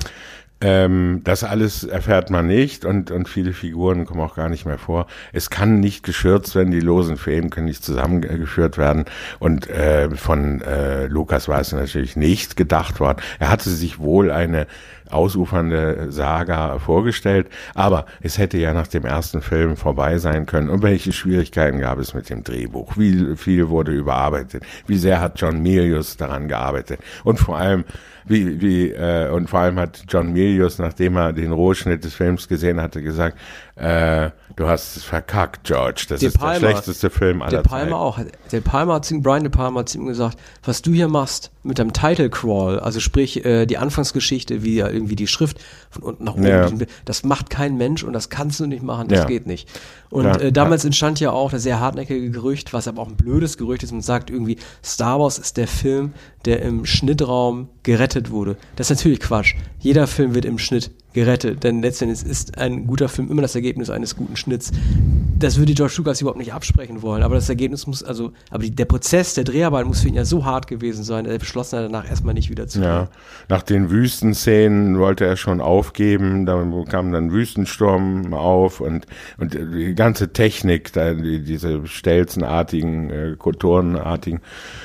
Ähm, das alles erfährt man nicht und, und viele Figuren kommen auch gar nicht mehr vor. Es kann nicht geschürzt werden, die losen Fäden können nicht zusammengeführt werden und äh, von äh, Lucas war es natürlich nicht gedacht worden. Er hatte sich wohl eine ausufernde Saga vorgestellt, aber es hätte ja nach dem ersten Film vorbei sein können. Und welche Schwierigkeiten gab es mit dem Drehbuch? Wie viel wurde überarbeitet? Wie sehr hat John Milius daran gearbeitet? Und vor allem Wie, wie, äh, und vor allem hat John Milius, nachdem er den Rohschnitt des Films gesehen hatte, gesagt, äh, du hast es verkackt, George. Das De ist Palma, der schlechteste Film aller Zeiten. De Palma auch. De Palma hat zu, Brian De Palma hat zu ihm gesagt, was du hier machst mit deinem Title Crawl, also sprich äh, die Anfangsgeschichte, wie irgendwie die Schrift von unten nach oben, ja. das macht kein Mensch und das kannst du nicht machen, das ja. geht nicht. Und ja. äh, damals entstand ja auch das sehr hartnäckige Gerücht, was aber auch ein blödes Gerücht ist, man sagt irgendwie, Star Wars ist der Film, der im Schnittraum gerettet wurde. Das ist natürlich Quatsch. Jeder Film wird im Schnitt gerettet, denn letztendlich ist ein guter Film immer das Ergebnis eines guten Schnitts. Das würde George Lucas überhaupt nicht absprechen wollen, aber das Ergebnis muss, also, aber die, der Prozess der Dreharbeit muss für ihn ja so hart gewesen sein, dass er beschlossen hat, danach erstmal nicht wieder zu ja. Nach den Wüstenszenen wollte er schon aufgeben, dann kam dann Wüstensturm auf und, und die ganze Technik, da, die, diese stelzenartigen, äh, kotorenartigen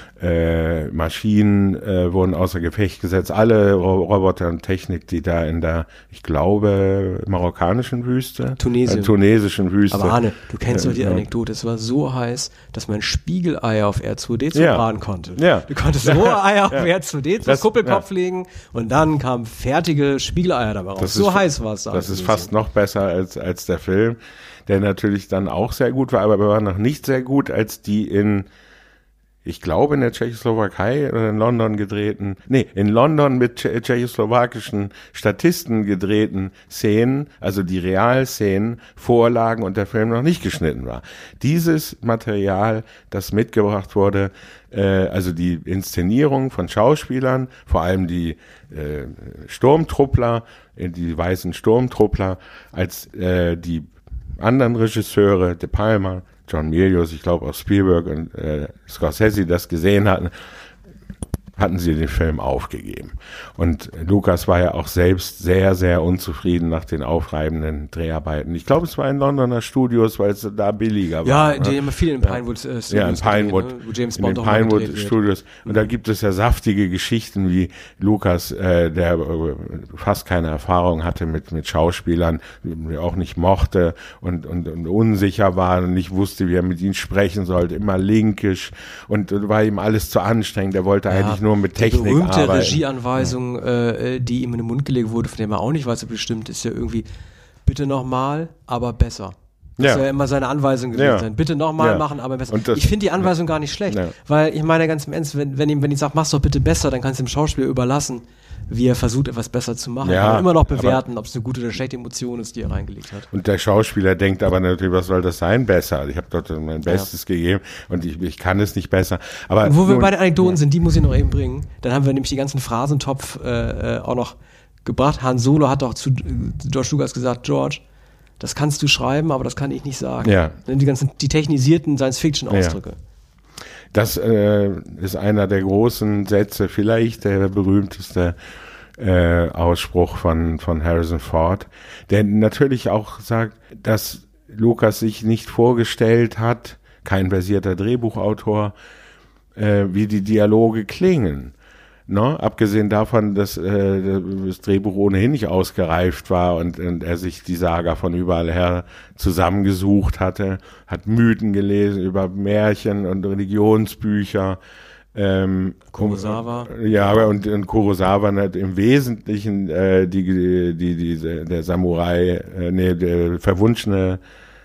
Äh, Maschinen äh, wurden außer Gefecht gesetzt. Alle Ro- Roboter und Technik, die da in der, ich glaube, marokkanischen Wüste, Tunesien. Äh, tunesischen Wüste. Aber Arne, du kennst doch äh, die Anekdote, es war so heiß, dass man Spiegeleier auf R zwei D zubraten ja. konnte. Ja. Du konntest rohe Eier auf ja. R zwei D zum Kuppelkopf ja. legen und dann kamen fertige Spiegeleier dabei raus. So ist, heiß war es da. Das ist fast noch besser als, als der Film, der natürlich dann auch sehr gut war, aber er war noch nicht sehr gut, als die in ich glaube in der Tschechoslowakei oder in London gedrehten, nee, in London mit tsche- tschechoslowakischen Statisten gedrehten Szenen, also die Realszenen, vorlagen und der Film noch nicht geschnitten war. Dieses Material, das mitgebracht wurde, äh, also die Inszenierung von Schauspielern, vor allem die äh, Sturmtruppler, die weißen Sturmtruppler, als äh, die anderen Regisseure, De Palma, John Milius, ich glaube auch Spielberg und äh, Scorsese das gesehen hatten, hatten sie den Film aufgegeben. Und Lucas war ja auch selbst sehr, sehr unzufrieden nach den aufreibenden Dreharbeiten. Ich glaube, es war in Londoner Studios, weil es da billiger ja, war. Ja, die haben viel in Pinewood äh, Studios. Ja, in Pinewood, gedreht, ne? Wo James Bond in den Pinewood Studios. Und da gibt es ja saftige Geschichten, wie Lucas, äh, der äh, fast keine Erfahrung hatte mit mit Schauspielern, die auch nicht mochte und, und, und unsicher war und nicht wusste, wie er mit ihnen sprechen sollte, immer linkisch und, und war ihm alles zu anstrengend. Er wollte ja. eigentlich nur mit Technik die berühmte arbeiten. Regieanweisung, ja. äh, die ihm in den Mund gelegt wurde, von der man auch nicht weiß, ob bestimmt ist ja irgendwie, bitte nochmal, aber besser. Das ja. ja immer seine Anweisung gewesen ja. sein. Bitte nochmal ja. machen, aber besser. Das, ich finde die Anweisung ja. gar nicht schlecht, ja. weil ich meine ganz im Ernst, wenn, wenn, ihm, wenn ich sage, mach's doch bitte besser, dann kannst du dem Schauspieler überlassen, wie er versucht, etwas besser zu machen. Ja, Kann man immer noch bewerten, ob es eine gute oder schlechte Emotion ist, die er reingelegt hat. Und der Schauspieler denkt aber natürlich, was soll das sein, besser? Ich habe dort mein Bestes ja. gegeben und ich, ich kann es nicht besser. Aber und wo nun, wir bei den Anekdoten ja. sind, die muss ich noch eben bringen. Dann haben wir nämlich die ganzen Phrasentopf äh, auch noch gebracht. Han Solo hat auch zu äh, George Lucas gesagt, George, das kannst du schreiben, aber das kann ich nicht sagen. Ja. Die ganzen, die technisierten Science-Fiction-Ausdrücke. Ja. Das äh, ist einer der großen Sätze, vielleicht der berühmteste äh, Ausspruch von, von Harrison Ford, der natürlich auch sagt, dass Lucas sich nicht vorgestellt hat, kein versierter Drehbuchautor, äh, wie die Dialoge klingen. No? Abgesehen davon, dass äh, das Drehbuch ohnehin nicht ausgereift war und, und er sich die Saga von überall her zusammengesucht hatte, hat Mythen gelesen über Märchen und Religionsbücher. Ähm, Kurosawa. Ja, und, und Kurosawa hat im Wesentlichen äh, die, die, die, der Samurai, äh, nee, der verwunschene,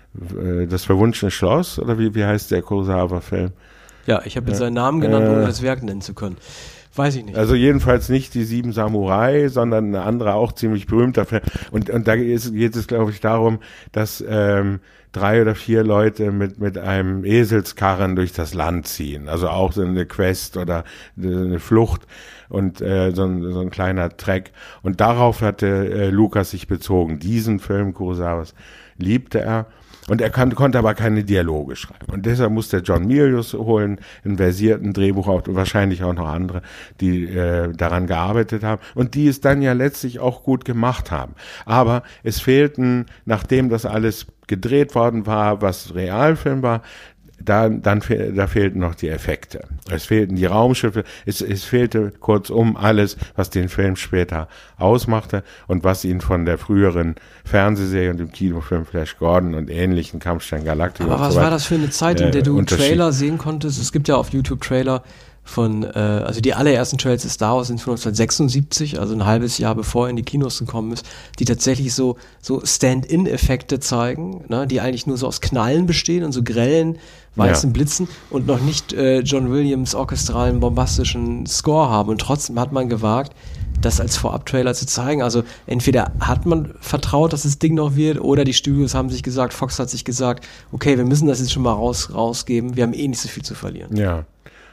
äh, das verwunschene Schloss, oder wie, wie heißt der Kurosawa-Film? Ja, ich habe jetzt seinen Namen genannt, ohne das Werk nennen zu können. Weiß ich nicht. Also jedenfalls nicht die Sieben Samurai, sondern eine andere, auch ziemlich berühmter Film. Und, und da ist, geht es, glaube ich, darum, dass ähm, drei oder vier Leute mit mit einem Eselskarren durch das Land ziehen. Also auch so eine Quest oder eine Flucht und äh, so, ein, so ein kleiner Trek. Und darauf hatte äh, Lucas sich bezogen. Diesen Film Kurosawas liebte er. Und er kann, konnte aber keine Dialoge schreiben. Und deshalb musste John Milius holen, einen versierten Drehbuchautor, wahrscheinlich auch noch andere, die äh, daran gearbeitet haben und die es dann ja letztlich auch gut gemacht haben. Aber es fehlten, nachdem das alles gedreht worden war, was Realfilm war, Da, dann da fehlten noch die Effekte. Es fehlten die Raumschiffe. Es, es fehlte kurzum alles, was den Film später ausmachte und was ihn von der früheren Fernsehserie und dem Kinofilm Flash Gordon und ähnlichen Kampfstern Galactica. Aber was so war das für eine Zeit, in der du äh, Trailer sehen konntest? Es gibt ja auf YouTube Trailer von, äh, also die allerersten Trails des Star Wars sind von neunzehnhundertsechsundsiebzig, also ein halbes Jahr bevor er in die Kinos gekommen ist, die tatsächlich so so Stand-in-Effekte zeigen, ne, die eigentlich nur so aus Knallen bestehen und so grellen weißen ja. Blitzen und noch nicht äh, John Williams orchestralen bombastischen Score haben. Und trotzdem hat man gewagt, das als Vorab-Trailer zu zeigen. Also entweder hat man vertraut, dass das Ding noch wird, oder die Studios haben sich gesagt, Fox hat sich gesagt, okay, wir müssen das jetzt schon mal raus, rausgeben, wir haben eh nicht so viel zu verlieren. Ja.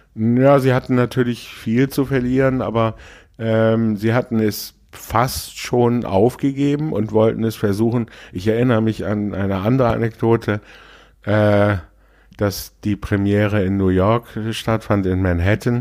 Ja, sie hatten natürlich viel zu verlieren, aber ähm, sie hatten es fast schon aufgegeben und wollten es versuchen. Ich erinnere mich an eine andere Anekdote, äh, dass die Premiere in New York stattfand, in Manhattan,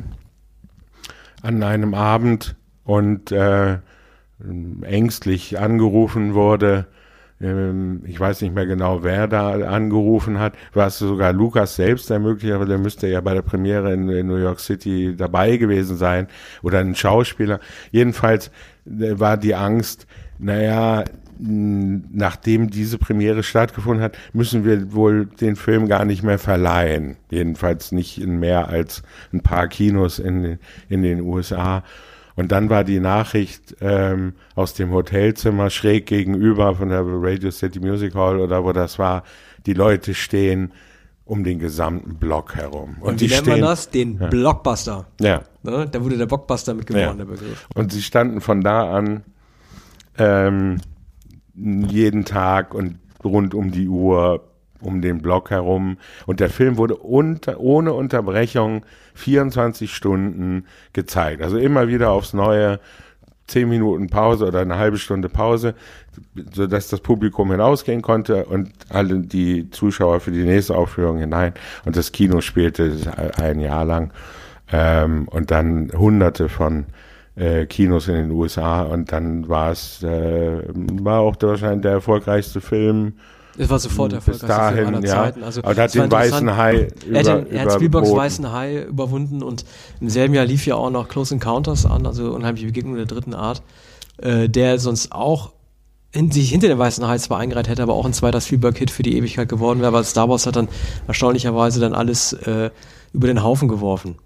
an einem Abend und äh, ängstlich angerufen wurde. Ich weiß nicht mehr genau, wer da angerufen hat. War es sogar Lucas selbst, der möglicherweise, der müsste ja bei der Premiere in, in New York City dabei gewesen sein oder ein Schauspieler. Jedenfalls war die Angst, naja, nachdem diese Premiere stattgefunden hat, müssen wir wohl den Film gar nicht mehr verleihen. Jedenfalls nicht in mehr als ein paar Kinos in, in den U S A. Und dann war die Nachricht ähm, aus dem Hotelzimmer schräg gegenüber von der Radio City Music Hall oder wo das war, die Leute stehen um den gesamten Block herum. Und, Und wie nennt man das? Den ja. Blockbuster. Ja. Ne? Da wurde der Blockbuster mitgeboren, ja. der Begriff. Und sie standen von da an ähm, jeden Tag und rund um die Uhr um den Block herum. Und der Film wurde unter, ohne Unterbrechung vierundzwanzig Stunden gezeigt. Also immer wieder aufs Neue, zehn Minuten Pause oder eine halbe Stunde Pause, sodass das Publikum hinausgehen konnte und alle die Zuschauer für die nächste Aufführung hinein. Und das Kino spielte ein Jahr lang. Ähm, und dann hunderte von äh, Kinos in den U S A. Und dann war es, äh, war auch der, wahrscheinlich der erfolgreichste Film. Es war sofort der erfolgreichste Film aller ja. Zeiten. Also, aber er hat den weißen Hai über, Er hat, den, er hat Spielbergs überboten. weißen Hai überwunden und im selben Jahr lief ja auch noch Close Encounters an, also Unheimliche Begegnung der dritten Art, äh, der sonst auch in, sich hinter den weißen Hai zwar eingereiht hätte, aber auch ein zweiter Spielberg-Hit für die Ewigkeit geworden wäre, weil Star Wars hat dann erstaunlicherweise dann alles äh, über den Haufen geworfen.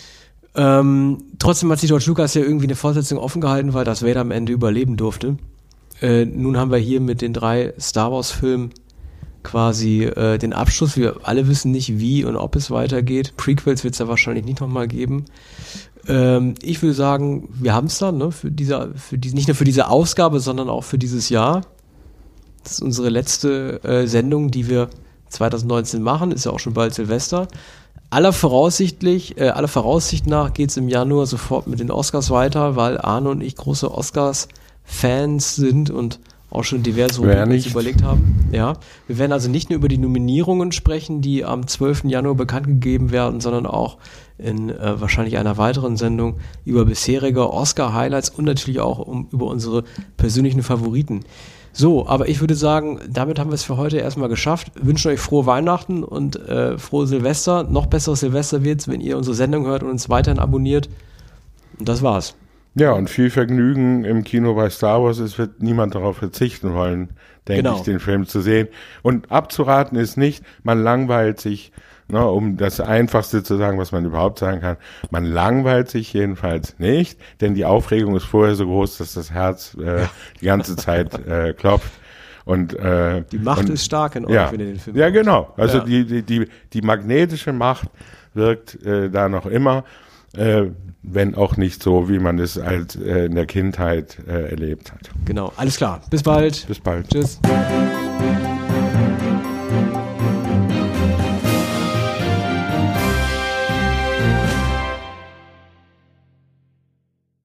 Ähm, trotzdem hat sich George Lucas ja irgendwie eine Fortsetzung offen gehalten, weil das Vader am Ende überleben durfte. Äh, nun haben wir hier mit den drei Star Wars Filmen quasi äh, den Abschluss. Wir alle wissen nicht, wie und ob es weitergeht. Prequels wird es ja wahrscheinlich nicht nochmal geben. Ähm, ich würde sagen, wir haben es dann, ne, für diese, für die, nicht nur für diese Ausgabe, sondern auch für dieses Jahr. Das ist unsere letzte äh, Sendung, die wir zwanzig neunzehn machen. Ist ja auch schon bald Silvester. Aller voraussichtlich, äh, aller Voraussicht nach geht es im Januar sofort mit den Oscars weiter, weil Arne und ich große Oscars-Fans sind und auch schon diverse Rubriken überlegt haben. Ja, wir werden also nicht nur über die Nominierungen sprechen, die am zwölften Januar bekannt gegeben werden, sondern auch in äh, wahrscheinlich einer weiteren Sendung über bisherige Oscar-Highlights und natürlich auch um, über unsere persönlichen Favoriten. So, aber ich würde sagen, damit haben wir es für heute erstmal geschafft. Wir wünschen euch frohe Weihnachten und äh, frohe Silvester. Noch besseres Silvester wird's, wenn ihr unsere Sendung hört und uns weiterhin abonniert. Und das war's. Ja, und viel Vergnügen im Kino bei Star Wars. Es wird niemand darauf verzichten wollen, denke genau. ich, den Film zu sehen. Und abzuraten ist nicht, man langweilt sich, ne, um das Einfachste zu sagen, was man überhaupt sagen kann. Man langweilt sich jedenfalls nicht, denn die Aufregung ist vorher so groß, dass das Herz äh, die ganze Zeit äh, klopft. Und, äh, die Macht und, ist stark in euch, ja, wenn ihr den Film Ja, genau. Also ja. die, die, die, die magnetische Macht wirkt äh, da noch immer. Äh, wenn auch nicht so, wie man es als äh, in der Kindheit äh, erlebt hat. Genau, alles klar. Bis bald. Bis bald. Tschüss.